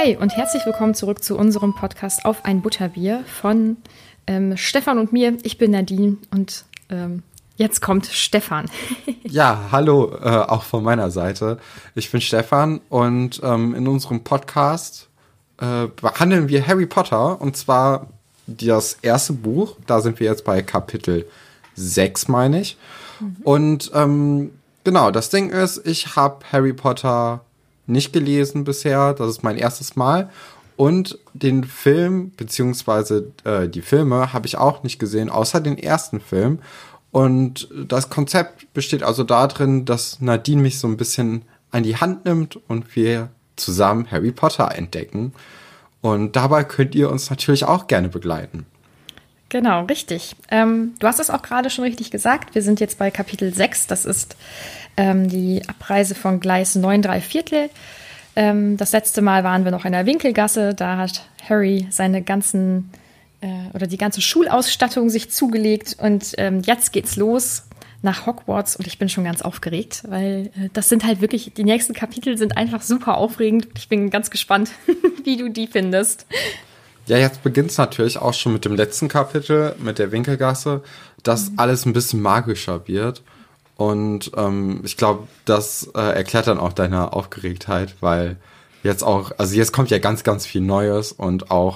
Hi und herzlich willkommen zurück zu unserem Podcast Auf ein Butterbier von Stefan und mir. Ich bin Nadine und jetzt kommt Stefan. Ja, hallo, auch von meiner Seite. Ich bin Stefan und in unserem Podcast behandeln wir Harry Potter und zwar das erste Buch. Da sind wir jetzt bei Kapitel 6, meine ich. Und genau, das Ding ist, ich habe Harry Potter nicht gelesen bisher. Das ist mein erstes Mal. Und den Film, beziehungsweise die Filme, habe ich auch nicht gesehen, außer den ersten Film. Und das Konzept besteht also darin, dass Nadine mich so ein bisschen an die Hand nimmt und wir zusammen Harry Potter entdecken. Und dabei könnt ihr uns natürlich auch gerne begleiten. Genau, richtig. Du hast es auch gerade schon richtig gesagt. Wir sind jetzt bei Kapitel 6. Das ist die Abreise von Gleis 9 3/4. Das letzte Mal waren wir noch in der Winkelgasse. Da hat Harry seine die ganze Schulausstattung sich zugelegt. Und jetzt geht's los nach Hogwarts. Und ich bin schon ganz aufgeregt, weil das sind halt wirklich, die nächsten Kapitel sind einfach super aufregend. Ich bin ganz gespannt, wie du die findest. Ja, jetzt beginnt es natürlich auch schon mit dem letzten Kapitel, mit der Winkelgasse, dass alles ein bisschen magischer wird. Und ich glaube, das erklärt dann auch deine Aufgeregtheit, weil jetzt kommt ja ganz, ganz viel Neues und auch,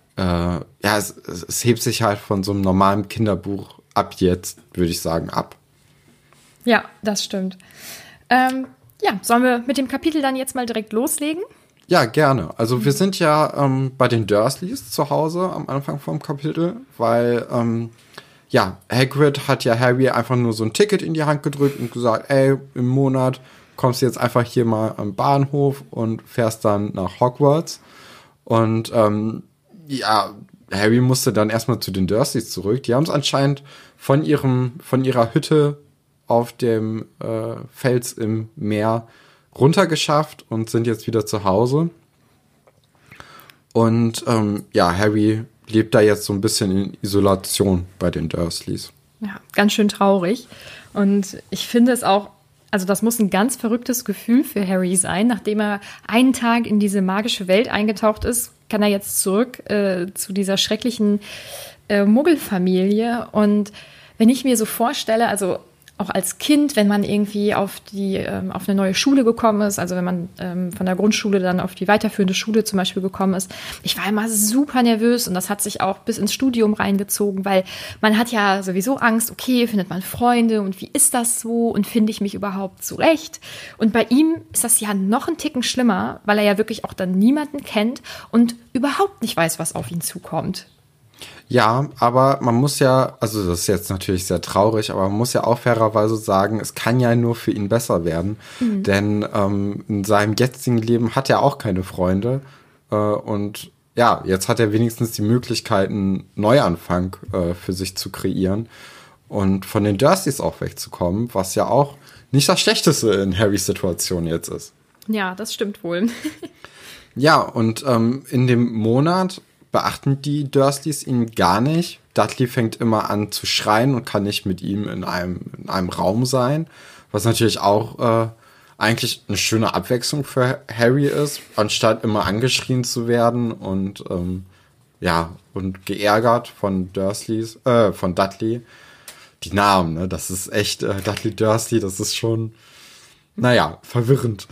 es hebt sich halt von so einem normalen Kinderbuch ab jetzt, würde ich sagen, ab. Ja, das stimmt. Sollen wir mit dem Kapitel dann jetzt mal direkt loslegen? Ja, gerne. Also wir sind ja bei den Dursleys zu Hause am Anfang vom Kapitel, weil Hagrid hat ja Harry einfach nur so ein Ticket in die Hand gedrückt und gesagt, ey, im Monat kommst du jetzt einfach hier mal am Bahnhof und fährst dann nach Hogwarts. Und Harry musste dann erstmal zu den Dursleys zurück. Die haben es anscheinend von ihrer Hütte auf dem Fels im Meer runtergeschafft und sind jetzt wieder zu Hause. Und Harry lebt da jetzt so ein bisschen in Isolation bei den Dursleys. Ja, ganz schön traurig. Und ich finde es auch, also das muss ein ganz verrücktes Gefühl für Harry sein. Nachdem er einen Tag in diese magische Welt eingetaucht ist, kann er jetzt zurück zu dieser schrecklichen Muggelfamilie. Und wenn ich mir so vorstelle, also auch als Kind, wenn man irgendwie auf eine neue Schule gekommen ist, also wenn man von der Grundschule dann auf die weiterführende Schule zum Beispiel gekommen ist. Ich war immer super nervös und das hat sich auch bis ins Studium reingezogen, weil man hat ja sowieso Angst, okay, findet man Freunde und wie ist das so und finde ich mich überhaupt zurecht? Und bei ihm ist das ja noch ein Ticken schlimmer, weil er ja wirklich auch dann niemanden kennt und überhaupt nicht weiß, was auf ihn zukommt. Ja, aber man muss ja, also das ist jetzt natürlich sehr traurig, aber man muss ja auch fairerweise sagen, es kann ja nur für ihn besser werden, denn in seinem jetzigen Leben hat er auch keine Freunde und ja, jetzt hat er wenigstens die Möglichkeit, einen Neuanfang für sich zu kreieren und von den Dursleys auch wegzukommen, was ja auch nicht das Schlechteste in Harrys Situation jetzt ist. Ja, das stimmt wohl. Ja, und in dem Monat beachten die Dursleys ihn gar nicht. Dudley fängt immer an zu schreien und kann nicht mit ihm in einem Raum sein, was natürlich auch eigentlich eine schöne Abwechslung für Harry ist, anstatt immer angeschrien zu werden und und geärgert von Dudley. Die Namen, ne, das ist echt Dudley Dursley, das ist schon, verwirrend.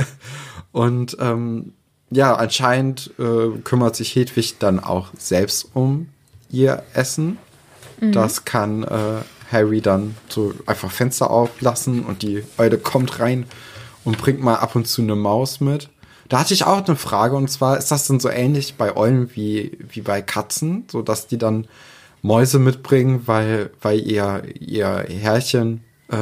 Und anscheinend kümmert sich Hedwig dann auch selbst um ihr Essen. Das kann Harry dann so einfach Fenster auflassen und die Eule kommt rein und bringt mal ab und zu eine Maus mit. Da hatte ich auch eine Frage und zwar, ist das denn so ähnlich bei Eulen wie bei Katzen, so dass die dann Mäuse mitbringen, weil ihr Herrchen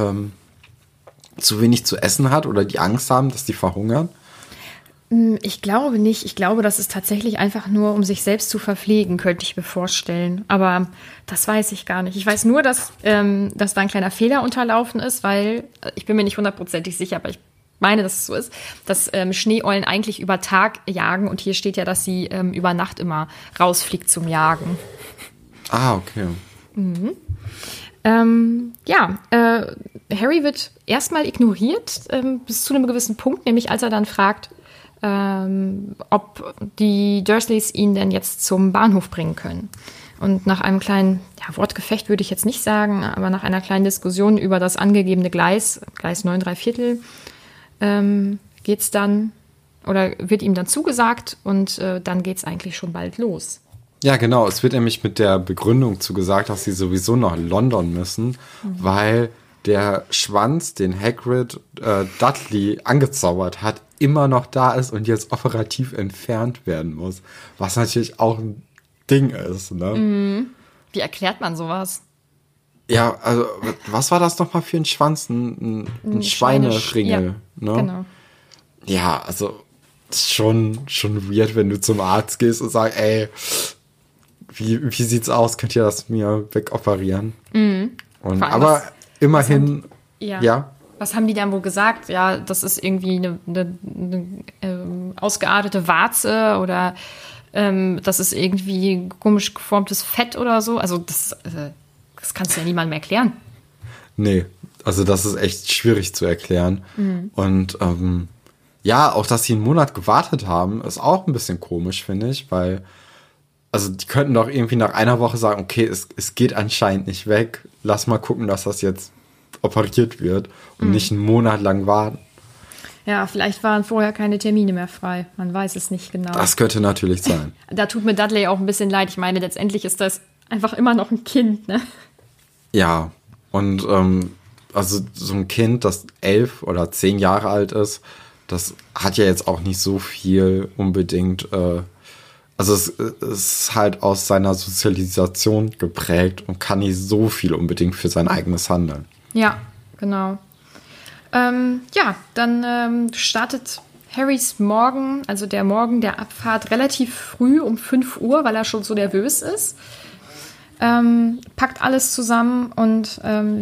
zu wenig zu essen hat oder die Angst haben, dass die verhungern? Ich glaube nicht. Ich glaube, das ist tatsächlich einfach nur, um sich selbst zu verpflegen, könnte ich mir vorstellen. Aber das weiß ich gar nicht. Ich weiß nur, dass da ein kleiner Fehler unterlaufen ist, weil, ich bin mir nicht hundertprozentig sicher, aber ich meine, dass es so ist, dass Schneeeulen eigentlich über Tag jagen und hier steht ja, dass sie über Nacht immer rausfliegt zum Jagen. Ah, okay. Harry wird erstmal ignoriert bis zu einem gewissen Punkt, nämlich als er dann fragt, ob die Dursleys ihn denn jetzt zum Bahnhof bringen können. Und nach einem kleinen Wortgefecht würde ich jetzt nicht sagen, aber nach einer kleinen Diskussion über das angegebene Gleis 9 3/4, geht's dann oder wird ihm dann zugesagt und dann geht's eigentlich schon bald los. Ja, genau. Es wird nämlich mit der Begründung zugesagt, dass sie sowieso nach London müssen, weil der Schwanz, den Hagrid Dudley angezaubert hat, immer noch da ist und jetzt operativ entfernt werden muss. Was natürlich auch ein Ding ist, ne? Wie erklärt man sowas? Ja, also, was war das nochmal für ein Schwanz? Ein Schweineschringel, ja, ne? Genau. Ja, also, das ist schon weird, wenn du zum Arzt gehst und sagst, ey, wie sieht's aus? Könnt ihr das mir wegoperieren? Und, aber immerhin, ja. Was haben die dann wohl gesagt? Ja, das ist irgendwie eine ausgeartete Warze oder das ist irgendwie komisch geformtes Fett oder so. Also das kannst du ja niemandem erklären. Nee, also das ist echt schwierig zu erklären. Und auch, dass sie einen Monat gewartet haben, ist auch ein bisschen komisch, finde ich, weil also die könnten doch irgendwie nach einer Woche sagen, okay, es geht anscheinend nicht weg. Lass mal gucken, dass das jetzt operiert wird und nicht einen Monat lang warten. Ja, vielleicht waren vorher keine Termine mehr frei. Man weiß es nicht genau. Das könnte natürlich sein. Da tut mir Dudley auch ein bisschen leid. Ich meine, letztendlich ist das einfach immer noch ein Kind, ne? Ja, und also so ein Kind, das 11 oder 10 Jahre alt ist, das hat ja jetzt auch nicht so viel unbedingt, also es ist halt aus seiner Sozialisation geprägt und kann nicht so viel unbedingt für sein eigenes Handeln. Ja, genau. Dann startet Harrys Morgen, also der Morgen der Abfahrt, relativ früh um 5 Uhr, weil er schon so nervös ist. Packt alles zusammen und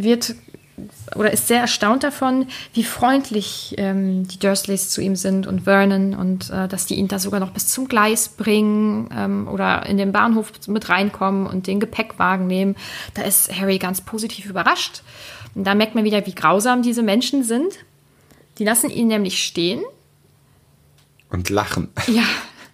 ist sehr erstaunt davon, wie freundlich die Dursleys zu ihm sind und Vernon und dass die ihn da sogar noch bis zum Gleis bringen oder in den Bahnhof mit reinkommen und den Gepäckwagen nehmen. Da ist Harry ganz positiv überrascht. Und da merkt man wieder, wie grausam diese Menschen sind. Die lassen ihn nämlich stehen. Und lachen. Ja.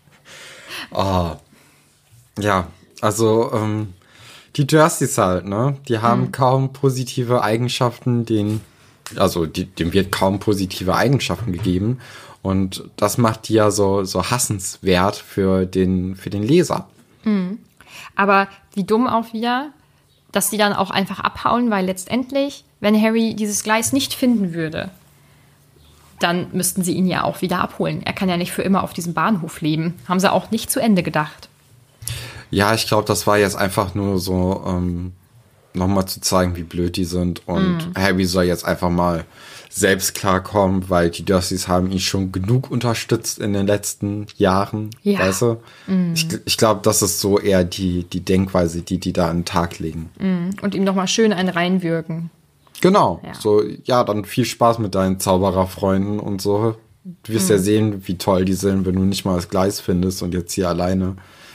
Oh. Ja, also die Dursleys halt, ne? Die haben kaum positive Eigenschaften, dem wird kaum positive Eigenschaften gegeben. Und das macht die ja so hassenswert für den Leser. Aber wie dumm auch wieder, dass die dann auch einfach abhauen, weil letztendlich, wenn Harry dieses Gleis nicht finden würde, dann müssten sie ihn ja auch wieder abholen. Er kann ja nicht für immer auf diesem Bahnhof leben. Haben sie auch nicht zu Ende gedacht. Ja, ich glaube, das war jetzt einfach nur so, nochmal zu zeigen, wie blöd die sind. Und Harry soll jetzt einfach mal selbst klarkommen, weil die Dursleys haben ihn schon genug unterstützt in den letzten Jahren. Ja. Weißt du? Ich glaube, das ist so eher die Denkweise, die da an den Tag legen. Und ihm nochmal schön einen reinwürgen. Genau. Ja. So, ja, dann viel Spaß mit deinen Zaubererfreunden und so. Du wirst ja sehen, wie toll die sind, wenn du nicht mal das Gleis findest und jetzt hier alleine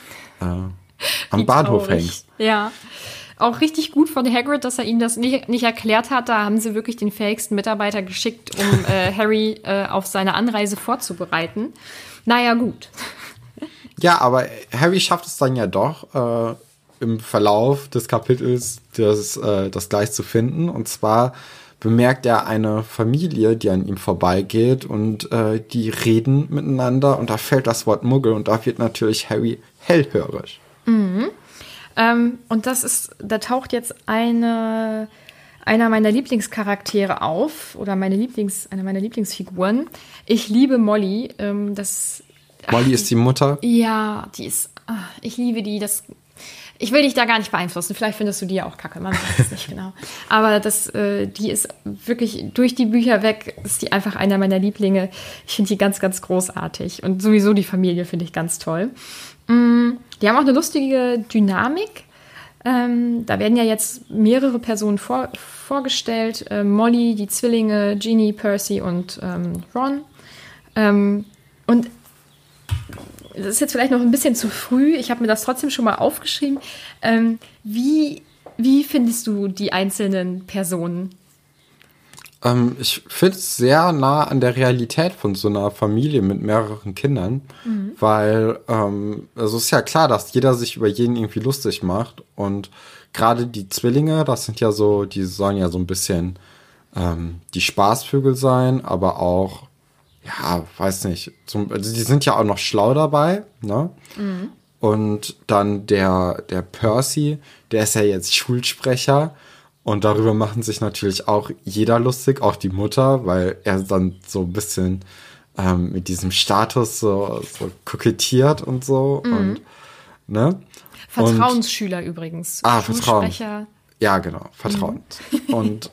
am Bahnhof hängst. Ja. Auch richtig gut von Hagrid, dass er ihm das nicht erklärt hat. Da haben sie wirklich den fähigsten Mitarbeiter geschickt, um Harry auf seine Anreise vorzubereiten. Naja, gut. Ja, aber Harry schafft es dann ja doch, im Verlauf des Kapitels das Gleis zu finden. Und zwar bemerkt er eine Familie, die an ihm vorbeigeht und die reden miteinander und da fällt das Wort Muggel und da wird natürlich Harry hellhörig. Und da taucht jetzt einer meiner Lieblingscharaktere auf oder eine meiner Lieblingsfiguren. Ich liebe Molly. Molly ist die Mutter? Ja, ich liebe die. Ich will dich da gar nicht beeinflussen. Vielleicht findest du die ja auch kacke, man weiß es nicht genau. Aber die ist wirklich durch die Bücher weg, ist die einfach einer meiner Lieblinge. Ich finde die ganz, ganz großartig. Und sowieso die Familie finde ich ganz toll. Die haben auch eine lustige Dynamik. Da werden ja jetzt mehrere Personen vorgestellt. Molly, die Zwillinge, Ginny, Percy und Ron. Und das ist jetzt vielleicht noch ein bisschen zu früh. Ich habe mir das trotzdem schon mal aufgeschrieben. Wie findest du die einzelnen Personen? Ich finde es sehr nah an der Realität von so einer Familie mit mehreren Kindern, weil also ist ja klar, dass jeder sich über jeden irgendwie lustig macht und gerade die Zwillinge, das sind ja so, die sollen ja so ein bisschen die Spaßvögel sein, aber auch, ja, weiß nicht, also die sind ja auch noch schlau dabei, ne? Und dann der Percy, der ist ja jetzt Schulsprecher. Und darüber machen sich natürlich auch jeder lustig, auch die Mutter, weil er dann so ein bisschen mit diesem Status so kokettiert und so. Und, ne? Vertrauensschüler übrigens. Vertrauen. Ja, genau, Vertrauen. Und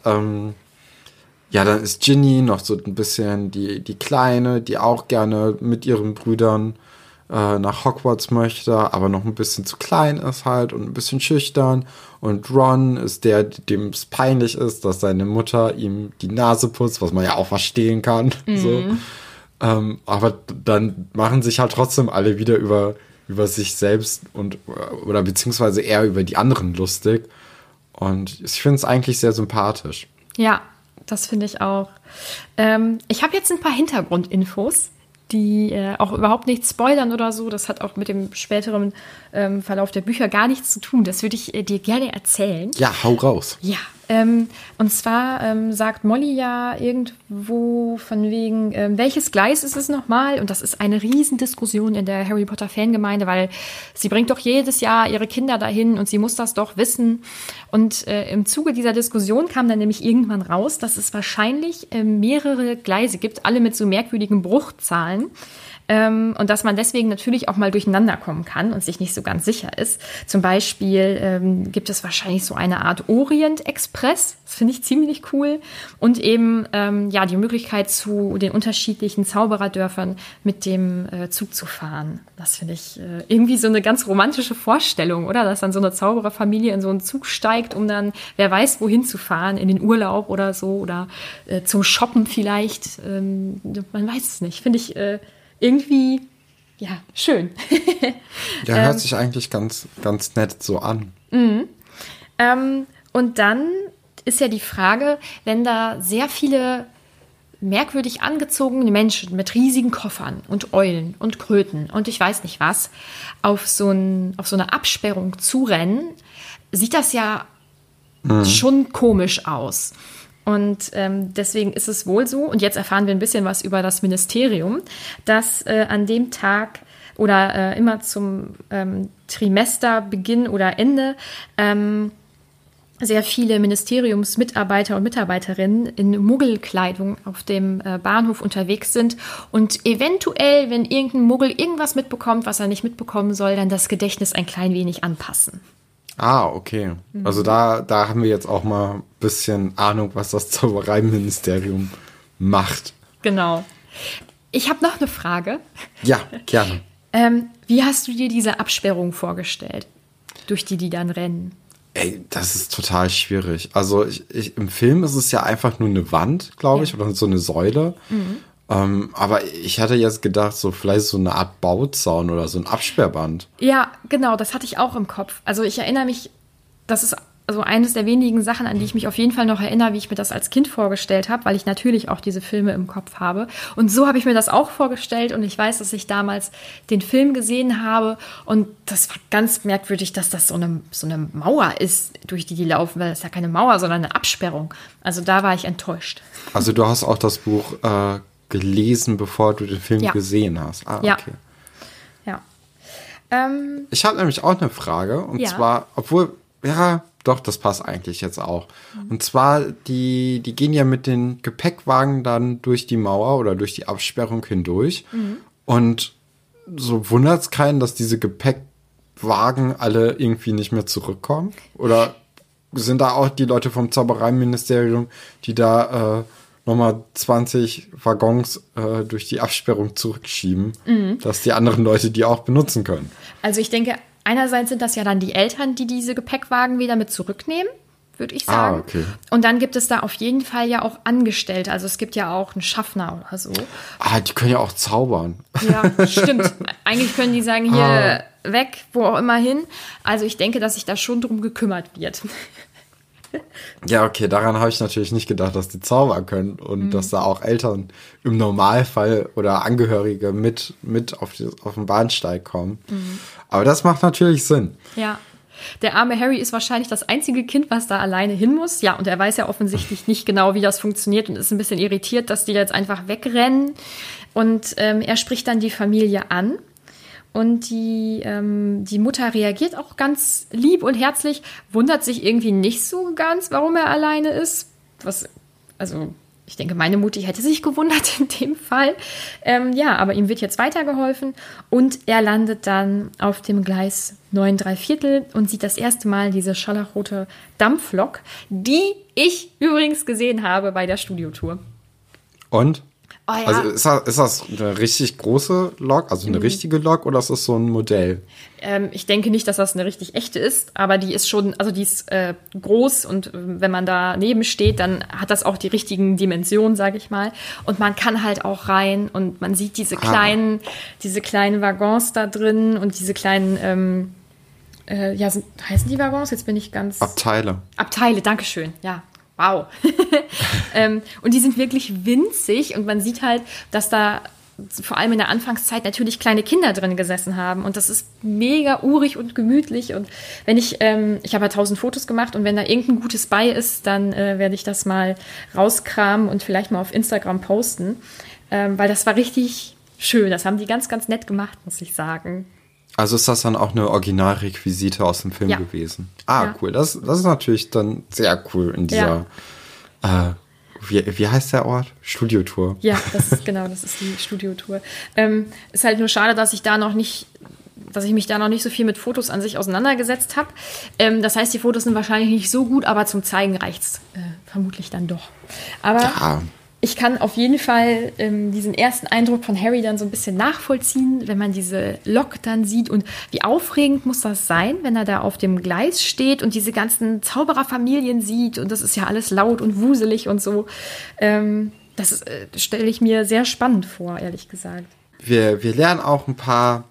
ja, dann ist Ginny noch so ein bisschen die Kleine, die auch gerne mit ihren Brüdern nach Hogwarts möchte, aber noch ein bisschen zu klein ist halt und ein bisschen schüchtern. Und Ron ist der, dem es peinlich ist, dass seine Mutter ihm die Nase putzt, was man ja auch verstehen kann. So. Aber dann machen sich halt trotzdem alle wieder über sich selbst oder beziehungsweise eher über die anderen lustig. Und ich finde es eigentlich sehr sympathisch. Ja, das finde ich auch. Ich habe jetzt ein paar Hintergrundinfos, die auch überhaupt nichts spoilern oder so. Das hat auch mit dem späteren Verlauf der Bücher gar nichts zu tun. Das würde ich dir gerne erzählen. Ja, hau raus. Ja, und zwar sagt Molly ja irgendwo von wegen, welches Gleis ist es nochmal? Und das ist eine Riesendiskussion in der Harry Potter Fangemeinde, weil sie bringt doch jedes Jahr ihre Kinder dahin und sie muss das doch wissen. Und im Zuge dieser Diskussion kam dann nämlich irgendwann raus, dass es wahrscheinlich mehrere Gleise gibt, alle mit so merkwürdigen Bruchzahlen. Und dass man deswegen natürlich auch mal durcheinander kommen kann und sich nicht so ganz sicher ist. Zum Beispiel gibt es wahrscheinlich so eine Art Orient-Express. Das finde ich ziemlich cool. Und eben ja die Möglichkeit, zu den unterschiedlichen Zaubererdörfern mit dem Zug zu fahren. Das finde ich irgendwie so eine ganz romantische Vorstellung, oder? Dass dann so eine Zaubererfamilie in so einen Zug steigt, um dann, wer weiß, wohin zu fahren, in den Urlaub oder so oder zum Shoppen vielleicht. Man weiß es nicht. Finde ich irgendwie, ja, schön. Ja, hört sich eigentlich ganz, ganz nett so an. Und dann ist ja die Frage, wenn da sehr viele merkwürdig angezogene Menschen mit riesigen Koffern und Eulen und Kröten und ich weiß nicht was auf so eine Absperrung zurennen, sieht das ja schon komisch aus. Und deswegen ist es wohl so, und jetzt erfahren wir ein bisschen was über das Ministerium, dass an dem Tag oder immer zum Trimesterbeginn oder Ende sehr viele Ministeriumsmitarbeiter und Mitarbeiterinnen in Muggelkleidung auf dem Bahnhof unterwegs sind und eventuell, wenn irgendein Muggel irgendwas mitbekommt, was er nicht mitbekommen soll, dann das Gedächtnis ein klein wenig anpassen. Ah, okay. Also da haben wir jetzt auch mal ein bisschen Ahnung, was das Zaubereiministerium macht. Genau. Ich habe noch eine Frage. Ja, gerne. Wie hast du dir diese Absperrung vorgestellt, durch die dann rennen? Ey, das ist total schwierig. Also im Film ist es ja einfach nur eine Wand, glaube ich, oder so eine Säule. Aber ich hatte jetzt gedacht, so vielleicht so eine Art Bauzaun oder so ein Absperrband. Ja, genau, das hatte ich auch im Kopf. Also ich erinnere mich, das ist also eines der wenigen Sachen, an die ich mich auf jeden Fall noch erinnere, wie ich mir das als Kind vorgestellt habe, weil ich natürlich auch diese Filme im Kopf habe. Und so habe ich mir das auch vorgestellt und ich weiß, dass ich damals den Film gesehen habe und das war ganz merkwürdig, dass das so eine Mauer ist, durch die laufen, weil das ist ja keine Mauer, sondern eine Absperrung. Also da war ich enttäuscht. Also du hast auch das Buch gelesen, bevor du den Film gesehen hast. Ah, okay. Ja. Ich habe nämlich auch eine Frage und zwar, obwohl, ja, doch, das passt eigentlich jetzt auch. Und zwar, die gehen ja mit den Gepäckwagen dann durch die Mauer oder durch die Absperrung hindurch. Und so wundert es keinen, dass diese Gepäckwagen alle irgendwie nicht mehr zurückkommen? Oder sind da auch die Leute vom Zaubereiministerium, die da nochmal 20 Waggons durch die Absperrung zurückschieben, dass die anderen Leute die auch benutzen können? Also ich denke, einerseits sind das ja dann die Eltern, die diese Gepäckwagen wieder mit zurücknehmen, würde ich sagen. Ah, okay. Und dann gibt es da auf jeden Fall ja auch Angestellte. Also es gibt ja auch einen Schaffner oder so. Ah, die können ja auch zaubern. Ja, stimmt. Eigentlich können die sagen, hier weg, wo auch immer hin. Also ich denke, dass sich da schon drum gekümmert wird. Ja, okay, daran habe ich natürlich nicht gedacht, dass die zaubern können und dass da auch Eltern im Normalfall oder Angehörige mit auf den Bahnsteig kommen. Aber das macht natürlich Sinn. Ja. Der arme Harry ist wahrscheinlich das einzige Kind, was da alleine hin muss. Ja, und er weiß ja offensichtlich nicht genau, wie das funktioniert und ist ein bisschen irritiert, dass die jetzt einfach wegrennen. Und er spricht dann die Familie an. Und die Mutter reagiert auch ganz lieb und herzlich, wundert sich irgendwie nicht so ganz, warum er alleine ist. Also ich denke, meine Mutti hätte sich gewundert in dem Fall. Ja, aber ihm wird jetzt weitergeholfen und er landet dann auf dem Gleis 9 3/4 und sieht das erste Mal diese scharlachrote Dampflok, die ich übrigens gesehen habe bei der Studiotour. Und? Oh ja. Also ist das eine richtig große Lok, also eine richtige Lok oder ist das so ein Modell? Ich denke nicht, dass das eine richtig echte ist, aber die ist schon, also die ist groß und wenn man daneben steht, dann hat das auch die richtigen Dimensionen, sage ich mal. Und man kann halt auch rein und man sieht diese kleinen Waggons da drin und diese kleinen, heißen die Waggons? Jetzt bin ich ganz... Abteile, Dankeschön, ja. Wow. Und die sind wirklich winzig und man sieht halt, dass da vor allem in der Anfangszeit natürlich kleine Kinder drin gesessen haben und das ist mega urig und gemütlich und wenn ich habe ja 1000 Fotos gemacht und wenn da irgendein gutes bei ist, dann werde ich das mal rauskramen und vielleicht mal auf Instagram posten, weil das war richtig schön. Das haben die ganz, ganz nett gemacht, muss ich sagen. Also ist das dann auch eine Originalrequisite aus dem Film gewesen? Ja. Cool. Das ist natürlich dann sehr cool in dieser, wie heißt der Ort? Studiotour. Ja, das ist die Studiotour. Ist halt nur schade, dass ich mich da noch nicht so viel mit Fotos an sich auseinandergesetzt habe. Das heißt, die Fotos sind wahrscheinlich nicht so gut, aber zum Zeigen reicht's vermutlich dann doch. Aber ja. Ich kann auf jeden Fall diesen ersten Eindruck von Harry dann so ein bisschen nachvollziehen, wenn man diese Lok dann sieht. Und wie aufregend muss das sein, wenn er da auf dem Gleis steht und diese ganzen Zaubererfamilien sieht. Und das ist ja alles laut und wuselig und so. Das stelle ich mir sehr spannend vor, ehrlich gesagt. Wir lernen auch ein paar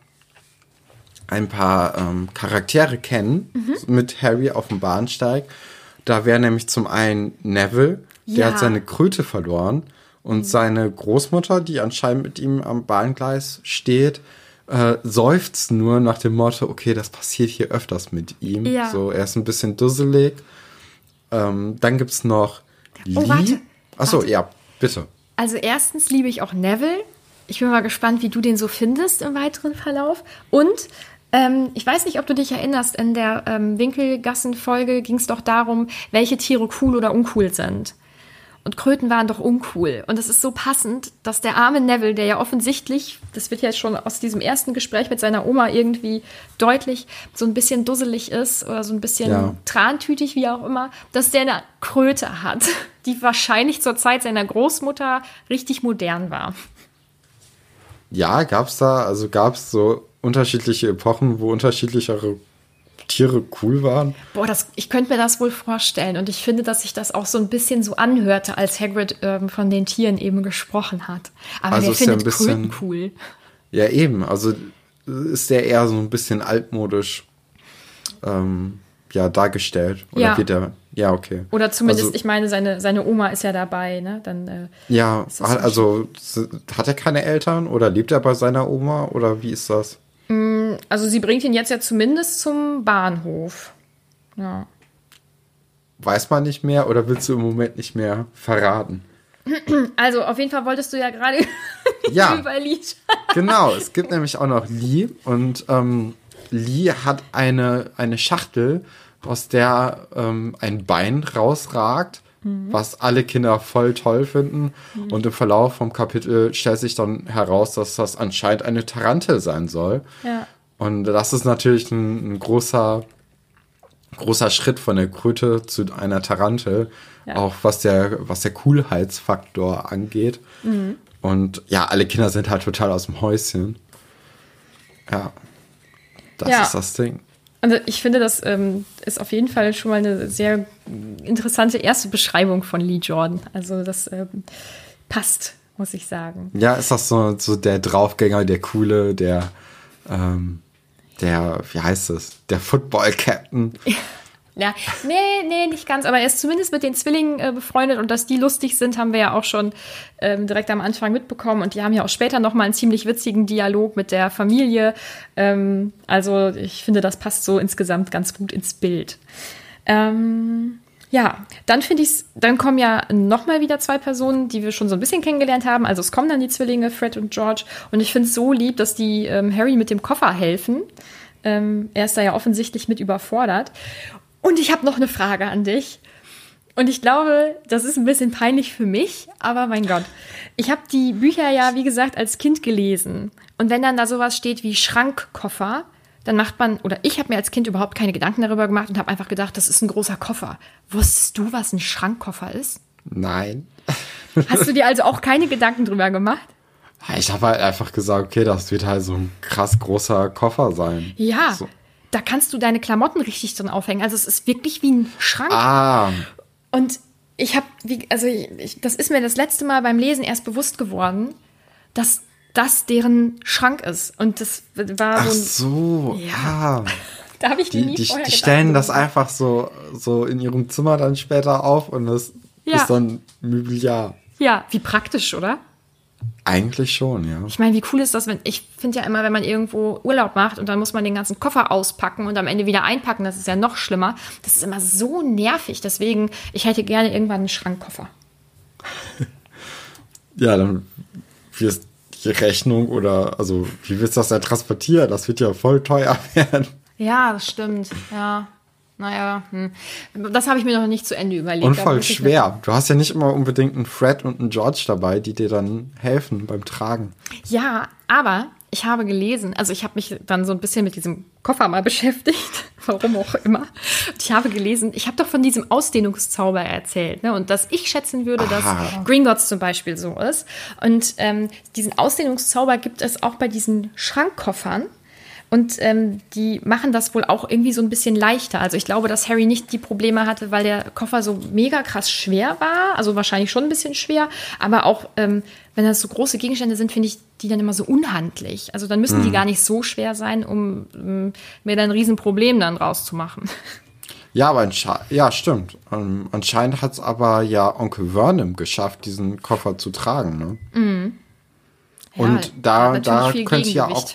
Charaktere kennen mit Harry auf dem Bahnsteig. Da wäre nämlich zum einen Neville. Der hat seine Kröte verloren und seine Großmutter, die anscheinend mit ihm am Bahngleis steht, seufzt nur nach dem Motto, okay, das passiert hier öfters mit ihm. Ja. So, er ist ein bisschen dusselig. Dann gibt's noch Lee. Warte. Achso, ja, bitte. Also erstens liebe ich auch Neville. Ich bin mal gespannt, wie du den so findest im weiteren Verlauf. Und ich weiß nicht, ob du dich erinnerst, in der Winkelgassen-Folge ging es doch darum, welche Tiere cool oder uncool sind. Und Kröten waren doch uncool. Und es ist so passend, dass der arme Neville, der ja offensichtlich, das wird ja schon aus diesem ersten Gespräch mit seiner Oma irgendwie deutlich, so ein bisschen dusselig ist oder so ein bisschen trantütig, wie auch immer, dass der eine Kröte hat, die wahrscheinlich zur Zeit seiner Großmutter richtig modern war. Ja, gab's so unterschiedliche Epochen, wo unterschiedlichere Tiere cool waren? Boah, ich könnte mir das wohl vorstellen. Und ich finde, dass sich das auch so ein bisschen so anhörte, als Hagrid von den Tieren eben gesprochen hat. Aber also wer findet Kröten cool? Ja, eben. Also ist der eher so ein bisschen altmodisch dargestellt. Oder wird er... Ja, okay. Oder zumindest, ich meine, seine Oma ist ja dabei, ne? Dann, hat er keine Eltern oder lebt er bei seiner Oma oder wie ist das? Also sie bringt ihn jetzt ja zumindest zum Bahnhof. Ja. Weiß man nicht mehr oder willst du im Moment nicht mehr verraten? Also auf jeden Fall wolltest du ja gerade über Lee. Genau, es gibt nämlich auch noch Lee und Lee hat eine Schachtel, aus der ein Bein rausragt, was alle Kinder voll toll finden. Und im Verlauf vom Kapitel stellt sich dann heraus, dass das anscheinend eine Tarantel sein soll. Ja. Und das ist natürlich ein großer Schritt von der Kröte zu einer Tarantel, auch was der Coolheitsfaktor angeht. Und ja, alle Kinder sind halt total aus dem Häuschen. Ja, das ist das Ding. Also ich finde, das ist auf jeden Fall schon mal eine sehr interessante erste Beschreibung von Lee Jordan. Also das passt, muss ich sagen. Ja, ist das so der Draufgänger, der Coole, der wie heißt es, der Football-Captain. Ja, nee, nicht ganz, aber er ist zumindest mit den Zwillingen befreundet und dass die lustig sind, haben wir ja auch schon direkt am Anfang mitbekommen und die haben ja auch später nochmal einen ziemlich witzigen Dialog mit der Familie. Also ich finde, das passt so insgesamt ganz gut ins Bild. Ja, dann kommen ja nochmal wieder 2 Personen, die wir schon so ein bisschen kennengelernt haben. Also es kommen dann die Zwillinge, Fred und George. Und ich finde es so lieb, dass die Harry mit dem Koffer helfen. Er ist da ja offensichtlich mit überfordert. Und ich habe noch eine Frage an dich. Und ich glaube, das ist ein bisschen peinlich für mich, aber mein Gott. Ich habe die Bücher ja, wie gesagt, als Kind gelesen. Und wenn dann da sowas steht wie Schrankkoffer, dann macht man, oder ich habe mir als Kind überhaupt keine Gedanken darüber gemacht und habe einfach gedacht, das ist ein großer Koffer. Wusstest du, was ein Schrankkoffer ist? Nein. Hast du dir also auch keine Gedanken drüber gemacht? Ich habe halt einfach gesagt, okay, das wird halt so ein krass großer Koffer sein. Ja, so. Da kannst du deine Klamotten richtig drin aufhängen. Also es ist wirklich wie ein Schrank. Ah. Und ich habe, das ist mir das letzte Mal beim Lesen erst bewusst geworden, dass das deren Schrank ist. Und das war Ach so so, ja. Da habe ich die nie vorher Die gedacht. stellen das einfach so in ihrem Zimmer dann später auf und das ist dann Mobiliar. Ja, wie praktisch, oder? Eigentlich schon, ja. Ich meine, wie cool ist das, ich finde ja immer, wenn man irgendwo Urlaub macht und dann muss man den ganzen Koffer auspacken und am Ende wieder einpacken, das ist ja noch schlimmer. Das ist immer so nervig, deswegen, ich hätte gerne irgendwann einen Schrankkoffer. Ja, dann wirst die Rechnung also wie willst du das denn transportieren? Das wird ja voll teuer werden. Ja, das stimmt, ja. Naja, das habe ich mir noch nicht zu Ende überlegt. Und voll schwer. Du hast ja nicht immer unbedingt einen Fred und einen George dabei, die dir dann helfen beim Tragen. Ja, aber ich habe gelesen, also ich habe mich dann so ein bisschen mit diesem Koffer mal beschäftigt, warum auch immer. Und ich habe gelesen, ich habe doch von diesem Ausdehnungszauber erzählt, ne? Und dass ich schätzen würde, dass Gringotts zum Beispiel so ist. Und diesen Ausdehnungszauber gibt es auch bei diesen Schrankkoffern. Und die machen das wohl auch irgendwie so ein bisschen leichter. Also ich glaube, dass Harry nicht die Probleme hatte, weil der Koffer so mega krass schwer war. Also wahrscheinlich schon ein bisschen schwer. Aber auch, wenn das so große Gegenstände sind, finde ich die dann immer so unhandlich. Also dann müssen die gar nicht so schwer sein, um mir dann ein Riesenproblem dann rauszumachen. Ja, aber ja, stimmt. Anscheinend hat es aber ja Onkel Vernon geschafft, diesen Koffer zu tragen. Ne? Mhm. Ja, und da könnte ja auch.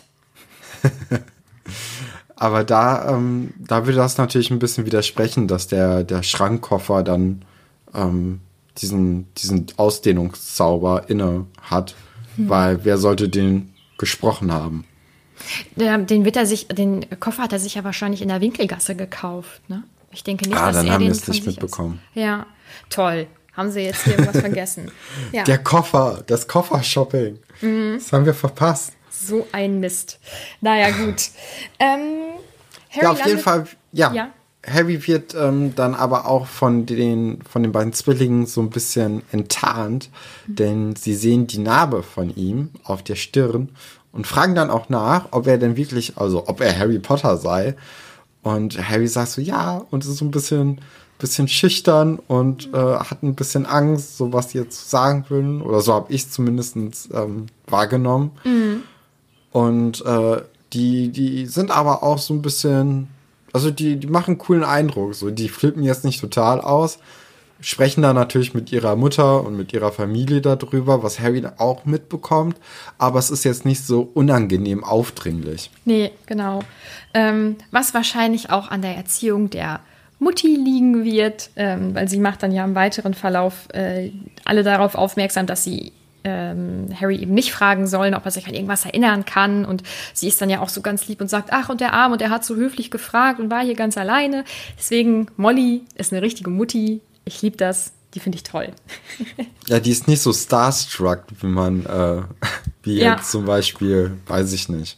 Aber da würde das natürlich ein bisschen widersprechen, dass der Schrankkoffer dann diesen Ausdehnungszauber inne hat, weil wer sollte den gesprochen haben? Den Koffer hat er sich ja wahrscheinlich in der Winkelgasse gekauft, ne? Ich denke nicht, dass dann er haben den wir es von nicht sich mitbekommen. Ja, toll. Haben sie jetzt hier irgendwas vergessen? Ja. Der Koffer, das Koffershopping. Das haben wir verpasst. So ein Mist. Naja, gut. Harry ja, auf jeden Fall, ja. Harry wird dann aber auch von den beiden Zwillingen so ein bisschen enttarnt, denn sie sehen die Narbe von ihm auf der Stirn und fragen dann auch nach, ob er denn wirklich, also ob er Harry Potter sei. Und Harry sagt so, ja, und ist so ein bisschen schüchtern und hat ein bisschen Angst, so was die jetzt sagen würden. Oder so habe ich es zumindest wahrgenommen. Mhm. Und die sind aber auch so ein bisschen, also die machen einen coolen Eindruck. So, die flippen jetzt nicht total aus, sprechen da natürlich mit ihrer Mutter und mit ihrer Familie darüber, was Harry auch mitbekommt. Aber es ist jetzt nicht so unangenehm aufdringlich. Nee, genau. Was wahrscheinlich auch an der Erziehung der Mutti liegen wird, weil sie macht dann ja im weiteren Verlauf alle darauf aufmerksam, dass sie Harry eben nicht fragen sollen, ob er sich an irgendwas erinnern kann. Und sie ist dann ja auch so ganz lieb und sagt, ach, und der Arm, und er hat so höflich gefragt und war hier ganz alleine. Deswegen, Molly ist eine richtige Mutti. Ich liebe das. Die finde ich toll. Ja, die ist nicht so starstruck, wie man, wie jetzt zum Beispiel, weiß ich nicht,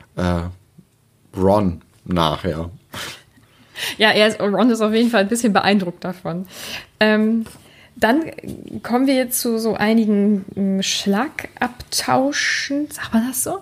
Ron nachher. Ja, Ron ist auf jeden Fall ein bisschen beeindruckt davon. Dann kommen wir jetzt zu so einigen Schlagabtauschen. Sagt man das so?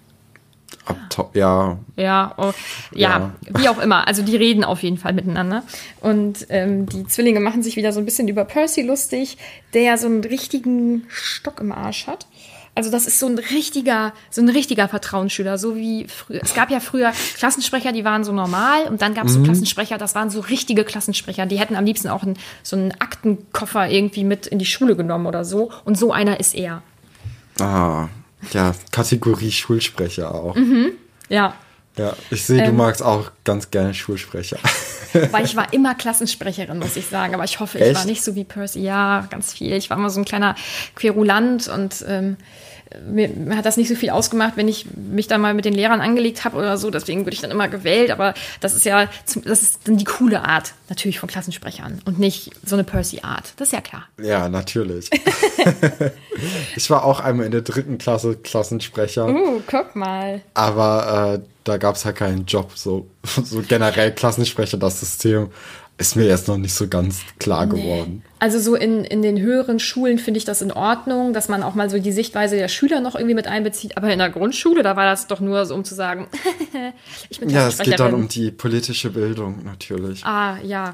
Ja. Ja, wie auch immer. Also die reden auf jeden Fall miteinander. Und die Zwillinge machen sich wieder so ein bisschen über Percy lustig, der ja so einen richtigen Stock im Arsch hat. Also das ist so ein richtiger Vertrauensschüler, so wie früher. Es gab ja früher Klassensprecher, die waren so normal und dann gab es so Klassensprecher, das waren so richtige Klassensprecher. Die hätten am liebsten auch so einen Aktenkoffer irgendwie mit in die Schule genommen oder so. Und so einer ist er. Ah, ja, Kategorie Schulsprecher auch. Ja. Ja, ich sehe, du magst auch ganz gerne Schulsprecher. Weil ich war immer Klassensprecherin, muss ich sagen. Aber ich hoffe, ich war nicht so wie Percy. Ja, ganz viel. Ich war immer so ein kleiner Querulant und mir hat das nicht so viel ausgemacht, wenn ich mich da mal mit den Lehrern angelegt habe oder so. Deswegen wurde ich dann immer gewählt. Aber das ist dann die coole Art natürlich von Klassensprechern und nicht so eine Percy-Art. Das ist ja klar. Ja, natürlich. Ich war auch einmal in der 3. Klasse Klassensprecher. Guck mal. Aber da gab es halt keinen Job. So generell Klassensprecher, das System ist mir erst noch nicht so ganz klar geworden. Also so in den höheren Schulen finde ich das in Ordnung, dass man auch mal so die Sichtweise der Schüler noch irgendwie mit einbezieht. Aber in der Grundschule, da war das doch nur so, um zu sagen, ich bin Klassensprecherin. Ja, es geht dann um die politische Bildung natürlich. Ah, ja.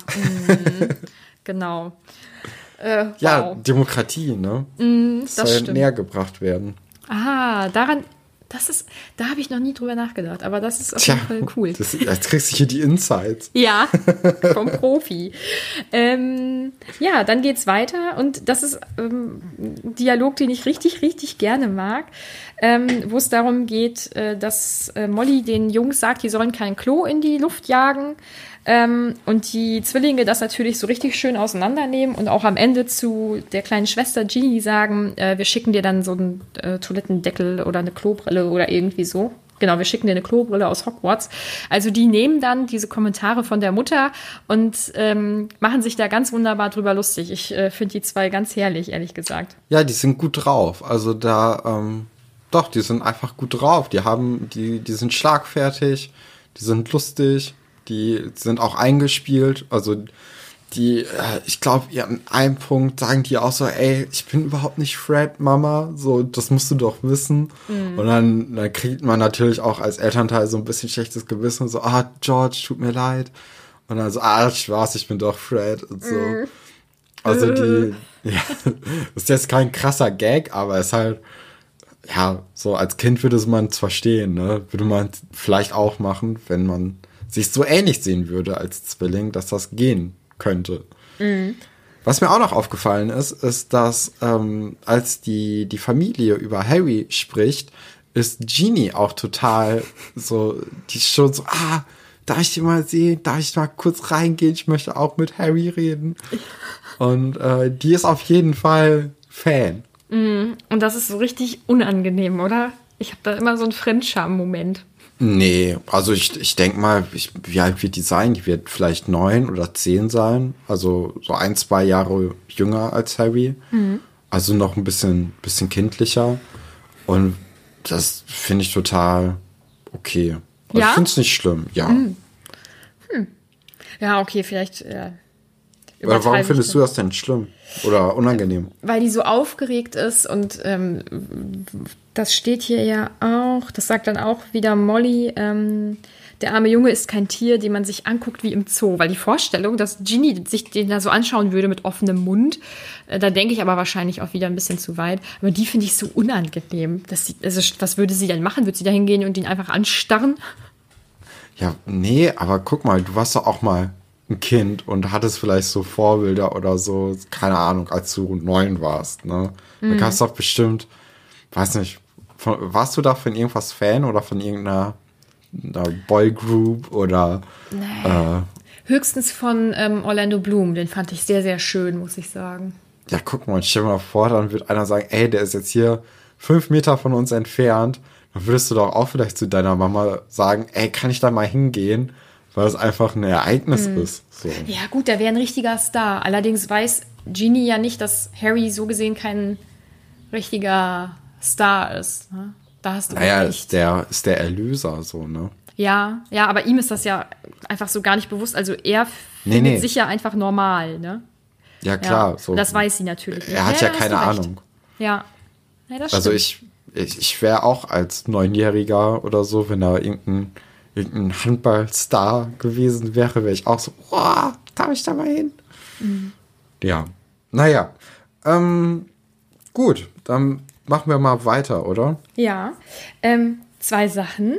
Genau. Ja, wow. Demokratie, ne? Das soll stimmt. näher gebracht werden. Ah, da habe ich noch nie drüber nachgedacht, aber das ist auf jeden Fall cool. Jetzt kriegst du hier die Insights. Ja, vom Profi. Ja, dann geht's weiter und das ist ein Dialog, den ich richtig, richtig gerne mag, wo es darum geht, dass Molly den Jungs sagt, die sollen kein Klo in die Luft jagen. Und die Zwillinge das natürlich so richtig schön auseinandernehmen und auch am Ende zu der kleinen Schwester Ginny sagen, wir schicken dir dann so einen Toilettendeckel oder eine Klobrille oder irgendwie so. Genau, wir schicken dir eine Klobrille aus Hogwarts. Also die nehmen dann diese Kommentare von der Mutter und machen sich da ganz wunderbar drüber lustig. Ich finde die zwei ganz herrlich, ehrlich gesagt. Ja, die sind gut drauf. Also doch, die sind einfach gut drauf. Die sind schlagfertig, die sind lustig. Die sind auch eingespielt, also ich glaube, an einem Punkt sagen die auch so, ey, ich bin überhaupt nicht Fred, Mama, so, das musst du doch wissen. Und dann kriegt man natürlich auch als Elternteil so ein bisschen schlechtes Gewissen, so, George, tut mir leid. Und dann so, Spaß, ich bin doch Fred und so. Also ja, ist jetzt kein krasser Gag, aber es ist halt, ja, so als Kind würde man es verstehen, ne? Würde man vielleicht auch machen, wenn man sich so ähnlich sehen würde als Zwilling, dass das gehen könnte. Was mir auch noch aufgefallen ist, dass als die Familie über Harry spricht, ist Ginny auch total so, die ist schon so, darf ich den mal sehen, darf ich mal kurz reingehen, ich möchte auch mit Harry reden. Und die ist auf jeden Fall Fan. Und das ist so richtig unangenehm, oder? Ich habe da immer so einen Fremdscham-Moment. Nee, also ich denke mal, wie alt wird die sein? Die wird vielleicht 9 oder 10 sein. Also so 1-2 Jahre jünger als Harry. Also noch ein bisschen kindlicher. Und das finde ich total okay. Also Ja? ich finde es nicht schlimm, ja. Ja, okay, vielleicht Aber warum findest du das denn schlimm? Oder unangenehm? Weil die so aufgeregt ist und das steht hier ja auch, das sagt dann auch wieder Molly, der arme Junge ist kein Tier, den man sich anguckt wie im Zoo. Weil die Vorstellung, dass Ginny sich den da so anschauen würde mit offenem Mund, da denke ich aber wahrscheinlich auch wieder ein bisschen zu weit. Aber die finde ich so unangenehm. Was würde sie denn machen? Würde sie da hingehen und ihn einfach anstarren? Ja, nee, aber guck mal, du warst doch auch mal ein Kind und hattest vielleicht so Vorbilder oder so, keine Ahnung, als du 9 warst, ne? Da gab's doch bestimmt, weiß nicht, warst du da von irgendwas Fan oder von irgendeiner Boygroup oder Höchstens von Orlando Bloom, den fand ich sehr, sehr schön, muss ich sagen. Ja, guck mal, stell dir mal vor, dann wird einer sagen, ey, der ist jetzt hier 5 Meter von uns entfernt, dann würdest du doch auch vielleicht zu deiner Mama sagen, ey, kann ich da mal hingehen? Weil es einfach ein Ereignis ist. So. Ja gut, der wäre ein richtiger Star. Allerdings weiß Ginny ja nicht, dass Harry so gesehen kein richtiger Star ist. Ne? Da hast du recht. Ist der Erlöser so, ne? Ja, aber ihm ist das ja einfach so gar nicht bewusst. Also er findet sich ja einfach normal, ne? Ja, klar. Ja, so. Das weiß sie natürlich nicht. Er hat ja da hast keine du recht. Ahnung. Ja, das stimmt. Also ich wäre auch als 9-Jähriger oder so, wenn da irgendein Handballstar gewesen wäre ich auch so, darf ich da mal hin? Ja, naja. Gut, dann machen wir mal weiter, oder? Ja, 2 Sachen.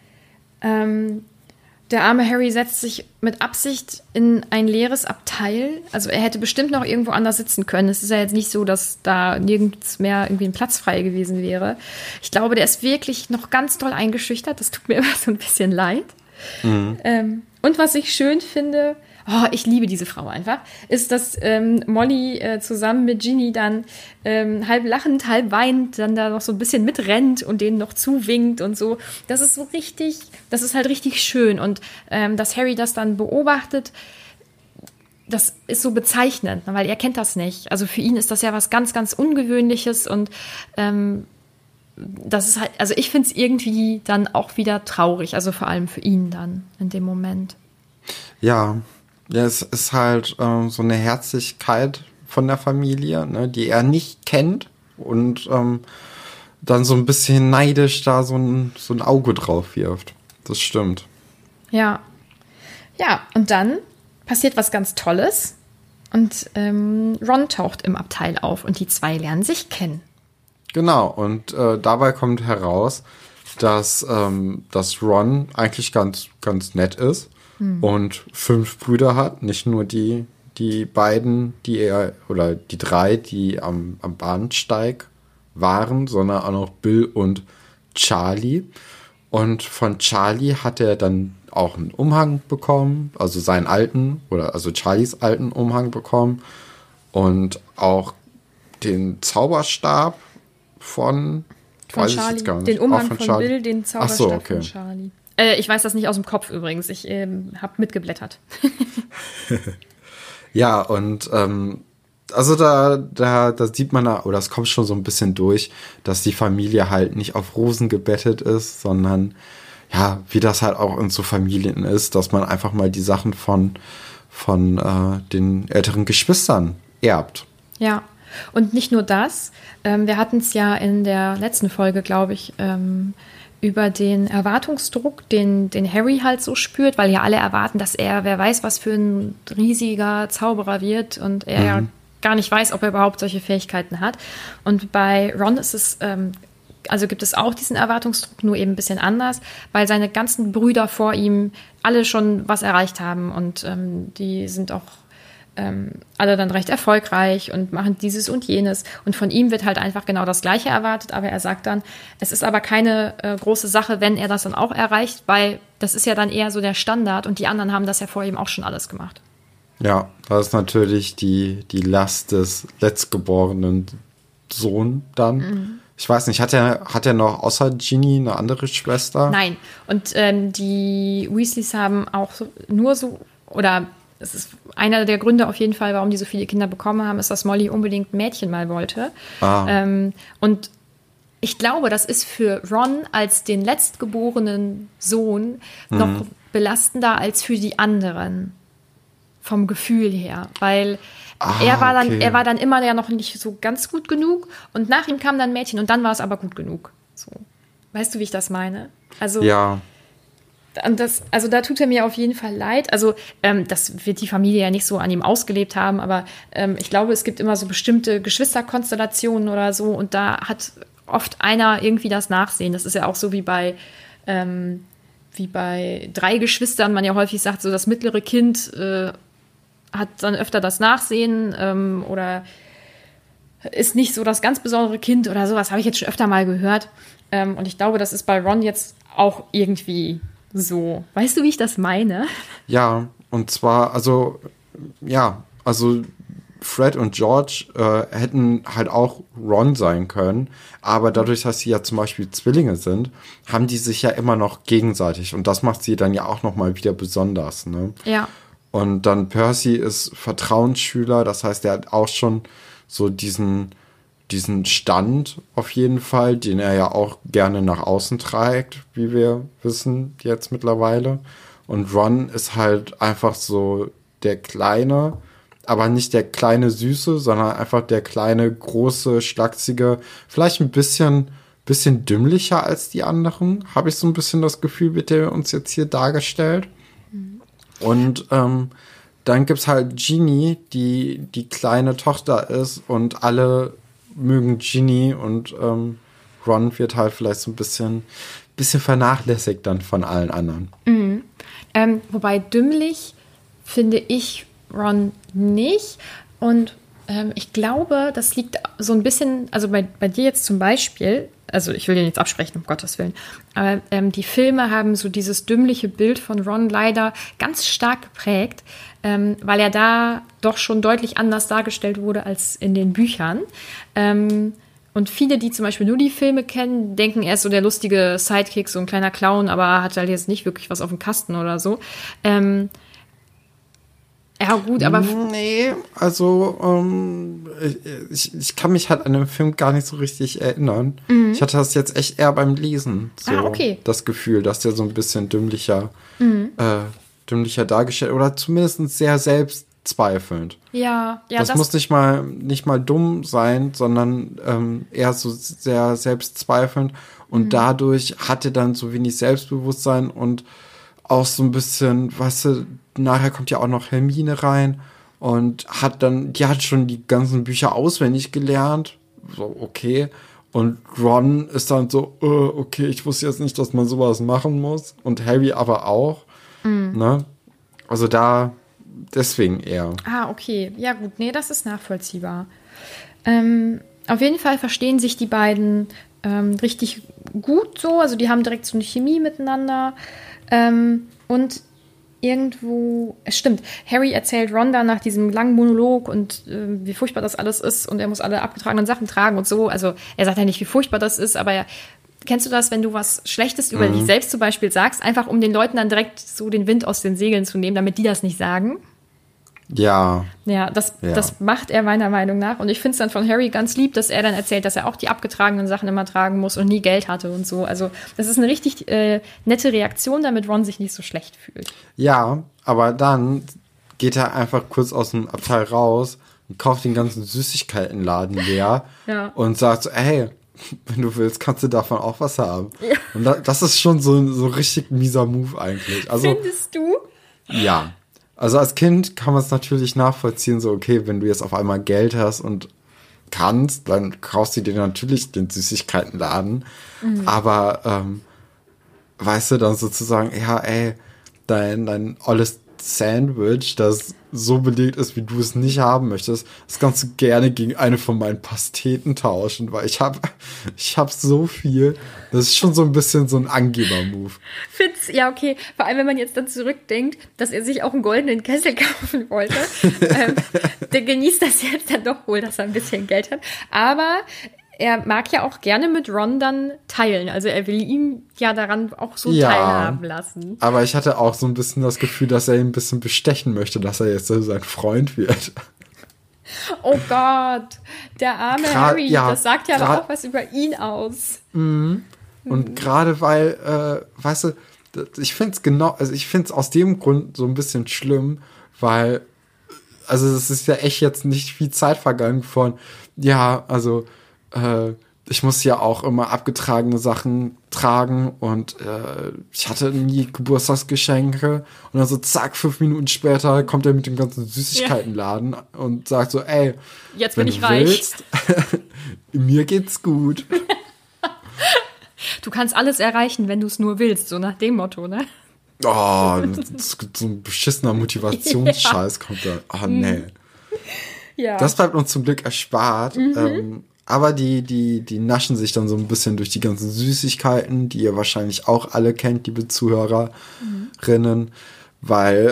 Der arme Harry setzt sich mit Absicht in ein leeres Abteil. Also er hätte bestimmt noch irgendwo anders sitzen können. Es ist ja jetzt nicht so, dass da nirgends mehr irgendwie ein Platz frei gewesen wäre. Ich glaube, der ist wirklich noch ganz doll eingeschüchtert. Das tut mir immer so ein bisschen leid. Mhm. Und was ich schön finde, ich liebe diese Frau einfach, ist, dass Molly zusammen mit Ginny dann halb lachend, halb weinend dann da noch so ein bisschen mitrennt und denen noch zuwinkt und so. Das ist halt richtig schön. Und dass Harry das dann beobachtet, das ist so bezeichnend, weil er kennt das nicht. Also für ihn ist das ja was ganz, ganz Ungewöhnliches und das ist halt, also ich finde es irgendwie dann auch wieder traurig, also vor allem für ihn dann in dem Moment. Ja, es ist halt so eine Herzlichkeit von der Familie, ne, die er nicht kennt und dann so ein bisschen neidisch da so ein Auge drauf wirft. Das stimmt. Ja. Ja, und dann passiert was ganz Tolles und Ron taucht im Abteil auf und die 2 lernen sich kennen. Genau, und dabei kommt heraus, dass Ron eigentlich ganz, ganz nett ist und 5 Brüder hat, nicht nur die beiden, die 3, die am Bahnsteig waren, sondern auch noch Bill und Charlie. Und von Charlie hat er dann auch einen Umhang bekommen, also Charlies alten Umhang bekommen und auch den Zauberstab von Charlie, ich jetzt gar nicht. Den Umhang von Charlie. Bill, den Zauberstab okay. von Charlie. Ich weiß das nicht aus dem Kopf übrigens. Ich habe mitgeblättert. Ja, und also da sieht man, oder es kommt schon so ein bisschen durch, dass die Familie halt nicht auf Rosen gebettet ist, sondern ja, wie das halt auch in so Familien ist, dass man einfach mal die Sachen von den älteren Geschwistern erbt. Ja. Und nicht nur das, wir hatten es ja in der letzten Folge, glaube ich, über den Erwartungsdruck, den Harry halt so spürt, weil ja alle erwarten, dass er, wer weiß, was für ein riesiger Zauberer wird und er ja gar nicht weiß, ob er überhaupt solche Fähigkeiten hat. Und bei Ron ist es, also gibt es auch diesen Erwartungsdruck, nur eben ein bisschen anders, weil seine ganzen Brüder vor ihm alle schon was erreicht haben und die sind auch alle dann recht erfolgreich und machen dieses und jenes. Und von ihm wird halt einfach genau das Gleiche erwartet, aber er sagt dann, es ist aber keine große Sache, wenn er das dann auch erreicht, weil das ist ja dann eher so der Standard und die anderen haben das ja vor ihm auch schon alles gemacht. Ja, das ist natürlich die Last des letztgeborenen Sohn dann. Mhm. Ich weiß nicht, hat er noch außer Ginny eine andere Schwester? Nein, und die Weasleys haben auch es ist einer der Gründe auf jeden Fall, warum die so viele Kinder bekommen haben, ist, dass Molly unbedingt ein Mädchen mal wollte. Und ich glaube, das ist für Ron als den letztgeborenen Sohn noch belastender als für die anderen. Vom Gefühl her. Weil er war dann immer ja noch nicht so ganz gut genug und nach ihm kam dann ein Mädchen und dann war es aber gut genug. So. Weißt du, wie ich das meine? Also, ja. Also da tut er mir auf jeden Fall leid. Also das wird die Familie ja nicht so an ihm ausgelebt haben, aber ich glaube, es gibt immer so bestimmte Geschwisterkonstellationen oder so und da hat oft einer irgendwie das Nachsehen. Das ist ja auch so wie bei 3 Geschwistern, man ja häufig sagt, so das mittlere Kind hat dann öfter das Nachsehen oder ist nicht so das ganz besondere Kind oder sowas, habe ich jetzt schon öfter mal gehört. Und ich glaube, das ist bei Ron jetzt auch irgendwie so. Weißt du, wie ich das meine? Ja, und zwar, also Fred und George hätten halt auch Ron sein können, aber dadurch, dass sie ja zum Beispiel Zwillinge sind, haben die sich ja immer noch gegenseitig und das macht sie dann ja auch nochmal wieder besonders, ne? Ja. Und dann Percy ist Vertrauensschüler, das heißt, er hat auch schon so diesen Stand auf jeden Fall, den er ja auch gerne nach außen trägt, wie wir wissen jetzt mittlerweile. Und Ron ist halt einfach so der Kleine, aber nicht der kleine Süße, sondern einfach der kleine, große, schlachsige, vielleicht ein bisschen dümmlicher als die anderen, habe ich so ein bisschen das Gefühl, wird der uns jetzt hier dargestellt. Und dann gibt's halt Ginny, die kleine Tochter ist und alle mögen Ginny und Ron wird halt vielleicht so ein bisschen vernachlässigt dann von allen anderen. Wobei dümmlich finde ich Ron nicht. Und ich glaube, das liegt so ein bisschen, also bei dir jetzt zum Beispiel, also ich will dir nichts absprechen, um Gottes Willen, aber die Filme haben so dieses dümmliche Bild von Ron leider ganz stark geprägt, weil er da doch schon deutlich anders dargestellt wurde als in den Büchern. Und viele, die zum Beispiel nur die Filme kennen, denken, er ist so der lustige Sidekick, so ein kleiner Clown, aber hat halt jetzt nicht wirklich was auf dem Kasten oder so. Ja, gut, aber. Nee, also ich kann mich halt an den Film gar nicht so richtig erinnern. Ich hatte das jetzt echt eher beim Lesen so okay. das Gefühl, dass der so ein bisschen dümmlicher dargestellt oder zumindest sehr selbstzweifelnd. Ja, das muss nicht mal dumm sein, sondern eher so sehr selbstzweifelnd und dadurch hat er dann so wenig Selbstbewusstsein und auch so ein bisschen, weißt du, nachher kommt ja auch noch Hermine rein und die hat schon die ganzen Bücher auswendig gelernt. So, okay. Und Ron ist dann so, okay, ich wusste jetzt nicht, dass man sowas machen muss. Und Harry aber auch. Ne? Also deswegen eher. Ah, okay. Ja, gut. Nee, das ist nachvollziehbar. Auf jeden Fall verstehen sich die beiden richtig gut so. Also die haben direkt so eine Chemie miteinander. Und irgendwo, es stimmt, Harry erzählt Ron dann nach diesem langen Monolog und wie furchtbar das alles ist und er muss alle abgetragenen Sachen tragen und so. Also er sagt ja nicht, wie furchtbar das ist, aber kennst du das, wenn du was Schlechtes über dich selbst zum Beispiel sagst, einfach um den Leuten dann direkt so den Wind aus den Segeln zu nehmen, damit die das nicht sagen? Ja. Ja, das macht er meiner Meinung nach. Und ich finde es dann von Harry ganz lieb, dass er dann erzählt, dass er auch die abgetragenen Sachen immer tragen muss und nie Geld hatte und so. Also das ist eine richtig nette Reaktion, damit Ron sich nicht so schlecht fühlt. Ja, aber dann geht er einfach kurz aus dem Abteil raus und kauft den ganzen Süßigkeitenladen leer und sagt so, hey, wenn du willst, kannst du davon auch was haben. Ja. Und das ist schon so richtig mieser Move eigentlich. Also, findest du? Ja. Also als Kind kann man es natürlich nachvollziehen, so okay, wenn du jetzt auf einmal Geld hast und kannst, dann kaufst du dir natürlich den Süßigkeitenladen. Aber weißt du, dann sozusagen, ja, ey, dein olles Sandwich, das so belegt ist, wie du es nicht haben möchtest, das kannst du gerne gegen eine von meinen Pasteten tauschen, weil ich hab so viel. Das ist schon so ein bisschen so ein Angeber-Move. Ja, okay. Vor allem, wenn man jetzt dann zurückdenkt, dass er sich auch einen goldenen Kessel kaufen wollte. Der genießt das jetzt dann doch wohl, dass er ein bisschen Geld hat. Aber er mag ja auch gerne mit Ron dann teilen. Also er will ihm ja daran auch so teilhaben lassen. Aber ich hatte auch so ein bisschen das Gefühl, dass er ihn ein bisschen bestechen möchte, dass er jetzt so sein Freund wird. Oh Gott, der arme Harry, das sagt ja aber auch was über ihn aus. Und gerade weil, weißt du, ich finde es aus dem Grund so ein bisschen schlimm, weil, also es ist ja echt jetzt nicht viel Zeit vergangen von, ich muss ja auch immer abgetragene Sachen tragen und ich hatte nie Geburtstagsgeschenke und dann so zack, 5 Minuten später kommt er mit dem ganzen Süßigkeitenladen und sagt so, ey, jetzt bin ich reich. Willst, mir geht's gut. Du kannst alles erreichen, wenn du es nur willst, so nach dem Motto, ne? Oh, so ein beschissener Motivationsscheiß kommt da. Oh, nee. Ja. Das bleibt uns zum Glück erspart. Aber die naschen sich dann so ein bisschen durch die ganzen Süßigkeiten, die ihr wahrscheinlich auch alle kennt, liebe Zuhörerinnen, weil,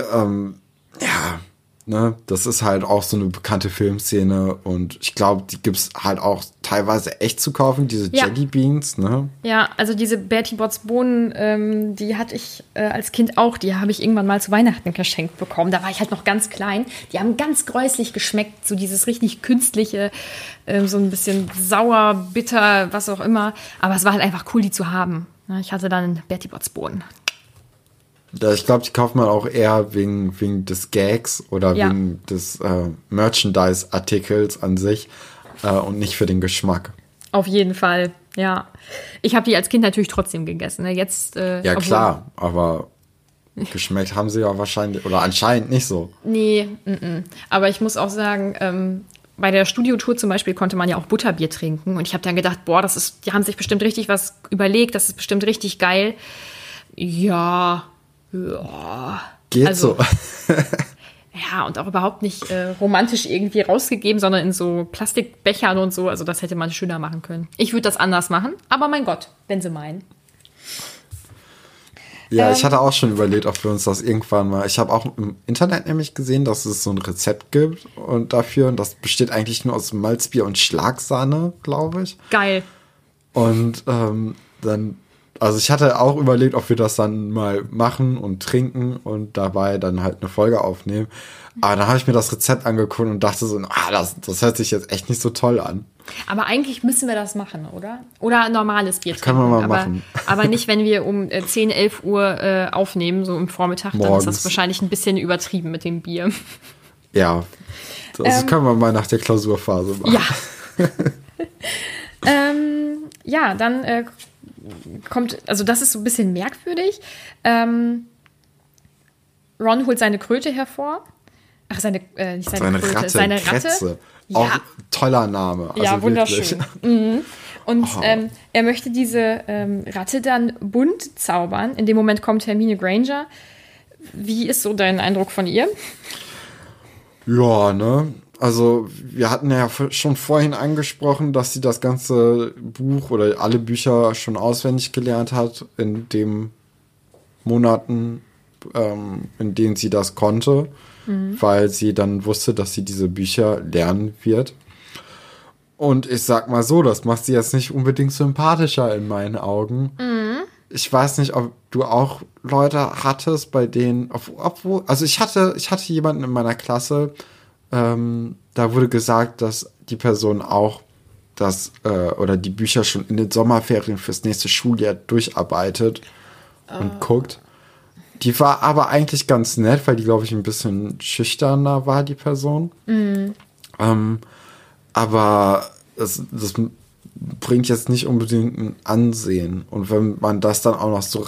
das ist halt auch so eine bekannte Filmszene und ich glaube, die gibt's halt auch teilweise echt zu kaufen, diese Jelly Beans, ne? Ja, also diese Bertie Botts Bohnen, die hatte ich als Kind auch, die habe ich irgendwann mal zu Weihnachten geschenkt bekommen, da war ich halt noch ganz klein, die haben ganz gräuslich geschmeckt, so dieses richtig künstliche, so ein bisschen sauer, bitter, was auch immer, aber es war halt einfach cool, die zu haben. Ich hatte dann Bertie Botts Bohnen. Ja, ich glaube, die kauft man auch eher wegen des Gags oder wegen des Merchandise-Artikels an sich und nicht für den Geschmack. Auf jeden Fall, ja. Ich habe die als Kind natürlich trotzdem gegessen. Ne? Jetzt, ja, klar, aber geschmeckt haben sie ja wahrscheinlich oder anscheinend nicht so. Nee, aber ich muss auch sagen, bei der Studiotour zum Beispiel konnte man ja auch Butterbier trinken. Und ich habe dann gedacht, boah, die haben sich bestimmt richtig was überlegt, das ist bestimmt richtig geil. Ja. Geht also, so. Ja, und auch überhaupt nicht romantisch irgendwie rausgegeben, sondern in so Plastikbechern und so. Also das hätte man schöner machen können. Ich würde das anders machen, aber mein Gott, wenn sie meinen. Ja, ich hatte auch schon überlegt, ob wir uns das irgendwann mal. Ich habe auch im Internet nämlich gesehen, dass es so ein Rezept gibt und dafür. Und das besteht eigentlich nur aus Malzbier und Schlagsahne, glaube ich. Geil. Und dann, also ich hatte auch überlegt, ob wir das dann mal machen und trinken und dabei dann halt eine Folge aufnehmen. Aber dann habe ich mir das Rezept angeguckt und dachte so, das hört sich jetzt echt nicht so toll an. Aber eigentlich müssen wir das machen, oder? Oder ein normales Bier trinken. Können wir mal machen. Aber nicht, wenn wir um 10, 11 Uhr aufnehmen, so im Vormittag. Morgens. Dann ist das wahrscheinlich ein bisschen übertrieben mit dem Bier. Ja, das können wir mal nach der Klausurphase machen. Ja. Ja, dann kommt, also das ist so ein bisschen merkwürdig. Ron holt seine Kröte hervor. Ach, nicht seine Kröte, Ratte, seine Ratte. Kretze. Ja. Auch toller Name. Also ja, wunderschön. Mhm. Und Oh. er möchte diese Ratte dann bunt zaubern. In dem Moment kommt Hermine Granger. Wie ist so dein Eindruck von ihr? Ja, ne? Also wir hatten ja schon vorhin angesprochen, dass sie das ganze Buch oder alle Bücher schon auswendig gelernt hat in den Monaten, in denen sie das konnte, weil sie dann wusste, dass sie diese Bücher lernen wird. Und ich sag mal so, das macht sie jetzt nicht unbedingt sympathischer in meinen Augen. Ich weiß nicht, ob du auch Leute hattest, bei denen, obwohl, also ich hatte jemanden in meiner Klasse, da wurde gesagt, dass die Person auch oder die Bücher schon in den Sommerferien fürs nächste Schuljahr durcharbeitet und guckt. Die war aber eigentlich ganz nett, weil die, glaube ich, ein bisschen schüchterner war, die Person. Aber das bringt jetzt nicht unbedingt ein Ansehen. Und wenn man das dann auch noch so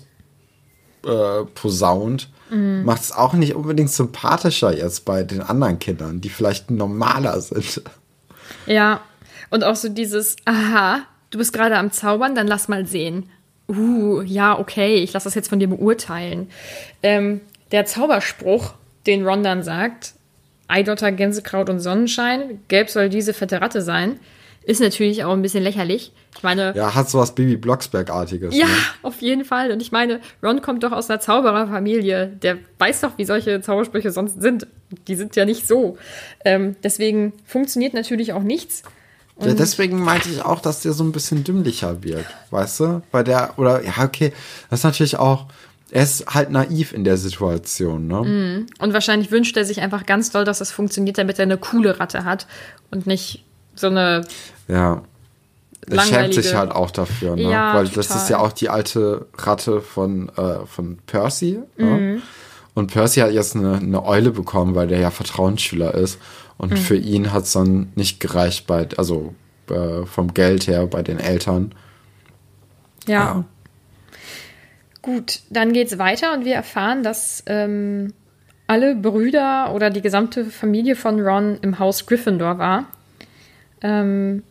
posaunt, macht es auch nicht unbedingt sympathischer jetzt bei den anderen Kindern, die vielleicht normaler sind. Ja, und auch so dieses, aha, du bist gerade am Zaubern, dann lass mal sehen. Ja, okay, ich lasse das jetzt von dir beurteilen. Der Zauberspruch, den Ron dann sagt, Eidotter, Gänsekraut und Sonnenschein, gelb soll diese fette Ratte sein, ist natürlich auch ein bisschen lächerlich. Ich meine, ja, hat sowas Bibi Blocksberg-artiges. ja, ne? auf jeden Fall. Und ich meine, Ron kommt doch aus einer Zaubererfamilie. Der weiß doch, wie solche Zaubersprüche sonst sind. Die sind ja nicht so. Deswegen funktioniert natürlich auch nichts. Ja, deswegen meinte ich auch, dass der so ein bisschen dümmlicher wird, weißt du? Ja, okay, das ist natürlich auch, er ist halt naiv in der Situation, ne? Und wahrscheinlich wünscht er sich einfach ganz doll, dass das funktioniert, damit er eine coole Ratte hat und nicht so eine Ja. Er schämt langweilige. sich halt auch dafür, ne? Ja, weil das total. ist ja auch die alte Ratte von Percy. Ne? Und Percy hat jetzt eine Eule bekommen, weil der ja Vertrauensschüler ist. Und für ihn hat es dann nicht gereicht, vom Geld her bei den Eltern. Ja. Gut, dann geht's weiter und wir erfahren, dass alle Brüder oder die gesamte Familie von Ron im Haus Gryffindor war. Und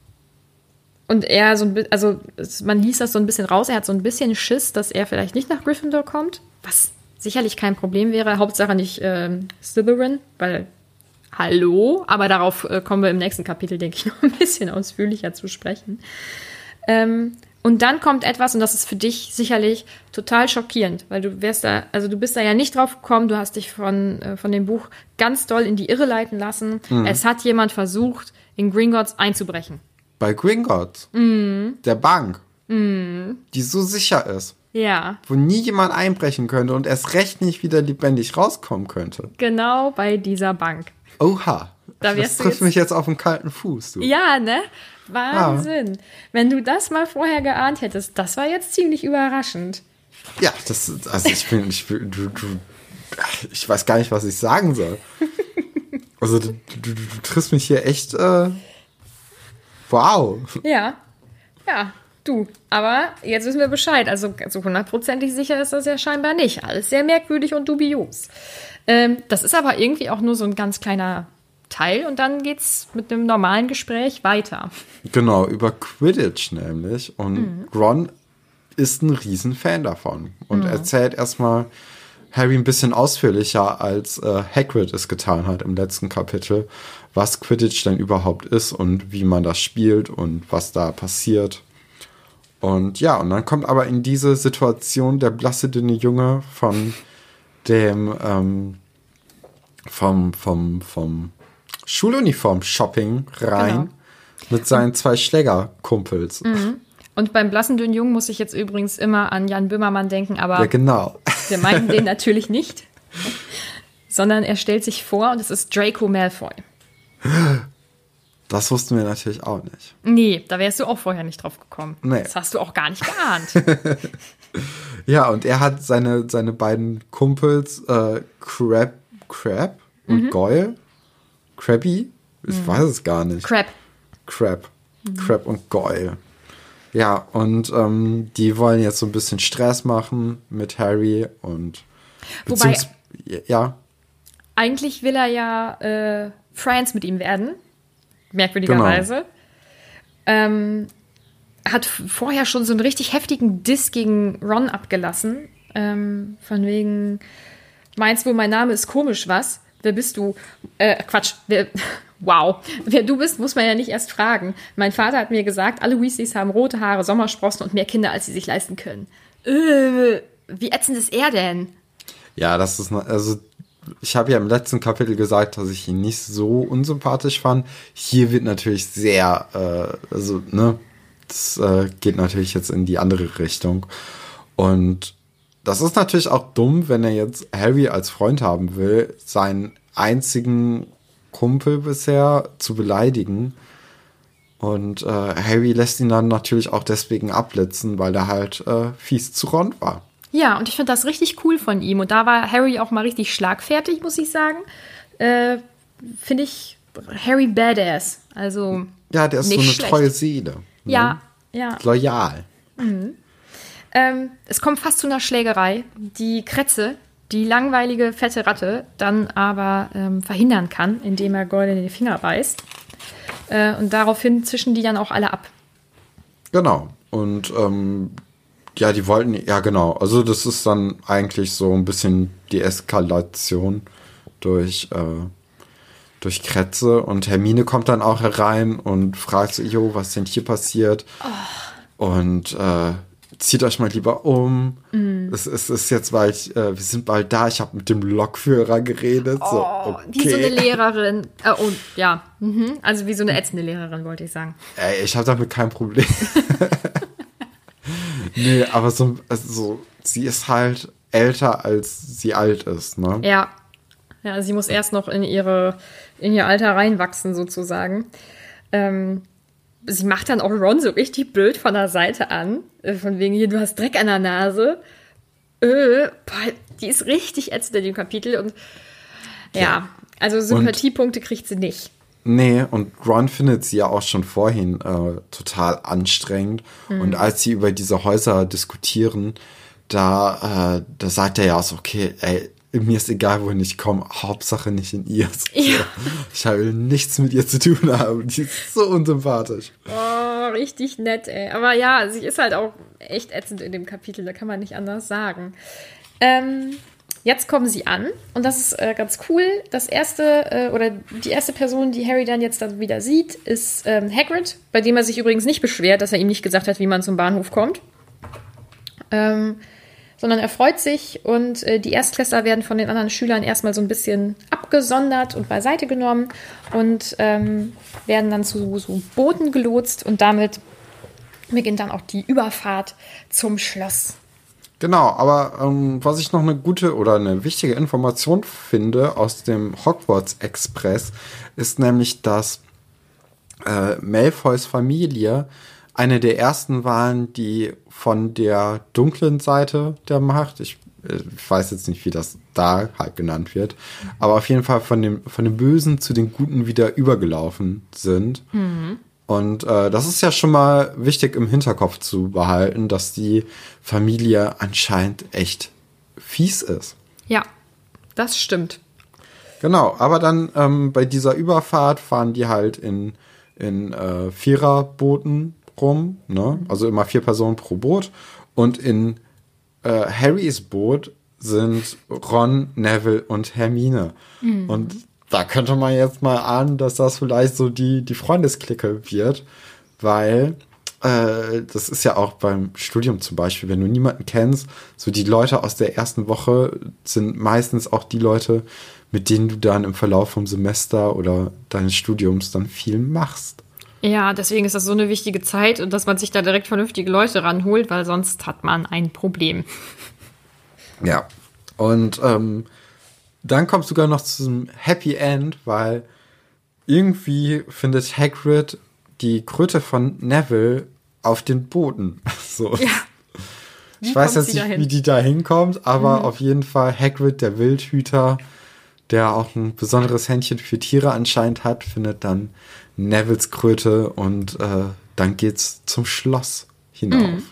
er man liest das so ein bisschen raus, er hat so ein bisschen Schiss, dass er vielleicht nicht nach Gryffindor kommt, was sicherlich kein Problem wäre. Hauptsache nicht Slytherin, weil hallo, aber darauf kommen wir im nächsten Kapitel, denke ich, noch ein bisschen ausführlicher zu sprechen. Und dann kommt etwas, und das ist für dich sicherlich total schockierend, weil du bist da ja nicht drauf gekommen, du hast dich von dem Buch ganz doll in die Irre leiten lassen. Es hat jemand versucht, in Gringotts einzubrechen. Bei Gringotts, der Bank, die so sicher ist, Ja, wo nie jemand einbrechen könnte und erst recht nicht wieder lebendig rauskommen könnte. genau bei dieser Bank. Oha, Da das wärst du trifft jetzt- mich jetzt auf den kalten Fuß, du. Ja, ne? Wahnsinn. Wenn du das mal vorher geahnt hättest, das war jetzt ziemlich überraschend. Ja, ich weiß gar nicht, was ich sagen soll. Also du triffst mich hier echt, wow. Ja, du. Aber jetzt wissen wir Bescheid. Also so hundertprozentig sicher ist das ja scheinbar nicht. Alles sehr merkwürdig und dubios. Das ist aber irgendwie auch nur so ein ganz kleiner teil und dann geht's mit einem normalen Gespräch weiter. Genau, über Quidditch nämlich. Und Ron ist ein Riesenfan davon und erzählt erstmal Harry ein bisschen ausführlicher, als Hagrid es getan hat im letzten Kapitel, was Quidditch denn überhaupt ist und wie man das spielt und was da passiert. Und ja, und dann kommt aber in diese Situation der blasse, dünne Junge von dem vom Schuluniform-Shopping rein, genau, mit seinen 2 Schlägerkumpels. Und beim blassen, dünnen Jungen muss ich jetzt übrigens immer an Jan Böhmermann denken, aber ja, genau. Wir meinen den natürlich nicht, sondern er stellt sich vor und es ist Draco Malfoy. Das wussten wir natürlich auch nicht. Nee, da wärst du auch vorher nicht drauf gekommen. Nee. Das hast du auch gar nicht geahnt. Ja, und er hat seine beiden Kumpels Crab und Goyle. Crabby? Ich weiß es gar nicht. Crab und Goyle. Ja, und die wollen jetzt so ein bisschen Stress machen mit Harry und wobei, ja. Eigentlich will er ja Friends mit ihm werden, merkwürdigerweise. Genau. Hat vorher schon so einen richtig heftigen Diss gegen Ron abgelassen. Von wegen, meinst du, mein Name ist komisch, was? Wer bist du? Quatsch, wow. Wer du bist, muss man ja nicht erst fragen. Mein Vater hat mir gesagt, alle Weasleys haben rote Haare, Sommersprossen und mehr Kinder, als sie sich leisten können. Wie ätzend ist er denn? Ja, das ist, also ich habe ja im letzten Kapitel gesagt, dass ich ihn nicht so unsympathisch fand. Hier wird natürlich sehr, das geht natürlich jetzt in die andere Richtung. Und das ist natürlich auch dumm, wenn er jetzt Harry als Freund haben will, seinen einzigen Kumpel bisher zu beleidigen. Und Harry lässt ihn dann natürlich auch deswegen abblitzen, weil er halt fies zu Ron war. Ja, und ich finde das richtig cool von ihm. Und da war Harry auch mal richtig schlagfertig, muss ich sagen. Finde ich Harry badass. Also ja, der ist so eine schlecht. Treue Seele. Ne? Ja. Loyal. Es kommt fast zu einer Schlägerei. Die Kretze, die langweilige, fette Ratte, dann aber verhindern kann, indem er Goyle in die Finger beißt. Und daraufhin zischen die dann auch alle ab. Genau. Und ja, die wollten, ja genau. Also das ist dann eigentlich so ein bisschen die Eskalation durch Kretze. Und Hermine kommt dann auch herein und fragt so, jo, was ist denn hier passiert? Oh. Und zieht euch mal lieber um. Es ist jetzt bald, wir sind bald da. Ich habe mit dem Lokführer geredet. So, okay. Wie so eine Lehrerin. Ja, also wie so eine ätzende Lehrerin, wollte ich sagen. Ey, ich habe damit kein Problem. Nee, aber so, sie ist halt älter, als sie alt ist, ne? Ja, sie muss erst noch in ihr Alter reinwachsen, sozusagen. Sie macht dann auch Ron so richtig blöd von der Seite an. Von wegen, hier, du hast Dreck an der Nase. Die ist richtig ätzend in dem Kapitel. Und ja, also Sympathiepunkte kriegt sie nicht. Nee, und Ron findet sie ja auch schon vorhin total anstrengend. Und als sie über diese Häuser diskutieren, da sagt er ja auch so, okay, ey, mir ist egal, wohin ich komme, Hauptsache nicht in ihr. Ja. So, ich will nichts mit ihr zu tun haben. Die ist so unsympathisch. Oh, richtig nett, ey. Aber ja, sie ist halt auch echt ätzend in dem Kapitel, da kann man nicht anders sagen. Jetzt kommen sie an und das ist ganz cool. Das erste oder die erste Person, die Harry dann jetzt wieder sieht, ist Hagrid, bei dem er sich übrigens nicht beschwert, dass er ihm nicht gesagt hat, wie man zum Bahnhof kommt. Sondern er freut sich und die Erstklässler werden von den anderen Schülern erstmal so ein bisschen abgesondert und beiseite genommen und werden dann zu so Booten gelotst und damit beginnt dann auch die Überfahrt zum Schloss. Genau, aber was ich noch eine gute oder eine wichtige Information finde aus dem Hogwarts Express, ist nämlich, dass Malfoys Familie eine der ersten waren, die von der dunklen Seite der Macht, ich weiß jetzt nicht, wie das da halt genannt wird, aber auf jeden Fall von dem Bösen zu den Guten wieder übergelaufen sind. Und das ist ja schon mal wichtig im Hinterkopf zu behalten, dass die Familie anscheinend echt fies ist. Ja, das stimmt. Genau, aber dann bei dieser Überfahrt fahren die halt in Viererbooten rum, ne? Also immer 4 Personen pro Boot. Und in Harrys Boot sind Ron, Neville und Hermine. Und da könnte man jetzt mal ahnen, dass das vielleicht so die Freundesklicke wird, weil das ist ja auch beim Studium zum Beispiel, wenn du niemanden kennst, so die Leute aus der ersten Woche sind meistens auch die Leute, mit denen du dann im Verlauf vom Semester oder deines Studiums dann viel machst. Ja, deswegen ist das so eine wichtige Zeit und dass man sich da direkt vernünftige Leute ranholt, weil sonst hat man ein Problem. Ja, und dann kommt sogar noch zu einem Happy End, weil irgendwie findet Hagrid die Kröte von Neville auf den Boden. So. Ja. Ich weiß jetzt nicht, wie die da hinkommt, aber auf jeden Fall Hagrid, der Wildhüter, der auch ein besonderes Händchen für Tiere anscheinend hat, findet dann Nevilles Kröte und dann geht's zum Schloss hinauf.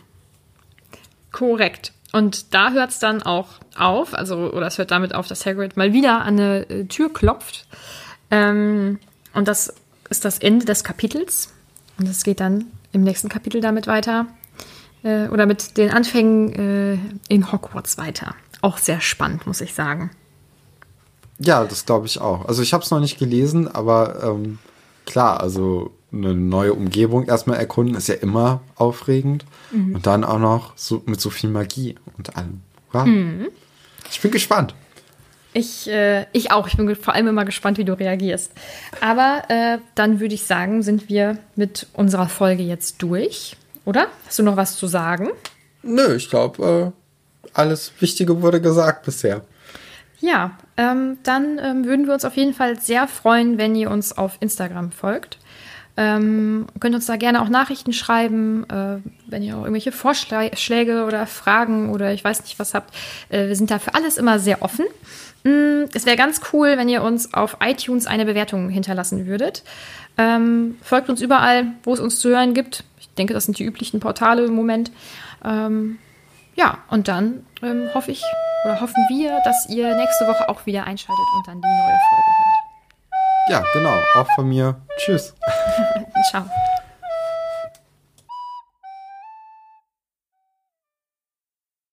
Korrekt. Und da hört es dann auch auf, oder es hört damit auf, dass Hagrid mal wieder an eine Tür klopft. Und das ist das Ende des Kapitels. Und es geht dann im nächsten Kapitel damit weiter. Oder mit den Anfängen in Hogwarts weiter. Auch sehr spannend, muss ich sagen. Ja, das glaube ich auch. Also ich habe es noch nicht gelesen, aber klar, also eine neue Umgebung erstmal erkunden ist ja immer aufregend. Und dann auch noch so mit so viel Magie und allem. Wow. Ich bin gespannt. Ich auch. Ich bin vor allem immer gespannt, wie du reagierst. Aber dann würde ich sagen, sind wir mit unserer Folge jetzt durch, oder? Hast du noch was zu sagen? Nö, ich glaube, alles Wichtige wurde gesagt bisher. Ja, dann würden wir uns auf jeden Fall sehr freuen, wenn ihr uns auf Instagram folgt. Könnt uns da gerne auch Nachrichten schreiben, wenn ihr auch irgendwelche Vorschläge oder Fragen oder ich weiß nicht was habt. Wir sind da für alles immer sehr offen. Es wäre ganz cool, wenn ihr uns auf iTunes eine Bewertung hinterlassen würdet. Folgt uns überall, wo es uns zu hören gibt. Ich denke, das sind die üblichen Portale im Moment. Ja, und dann hoffen wir, dass ihr nächste Woche auch wieder einschaltet und dann die neue Folge hört. Ja, genau. Auch von mir. Tschüss. Ciao.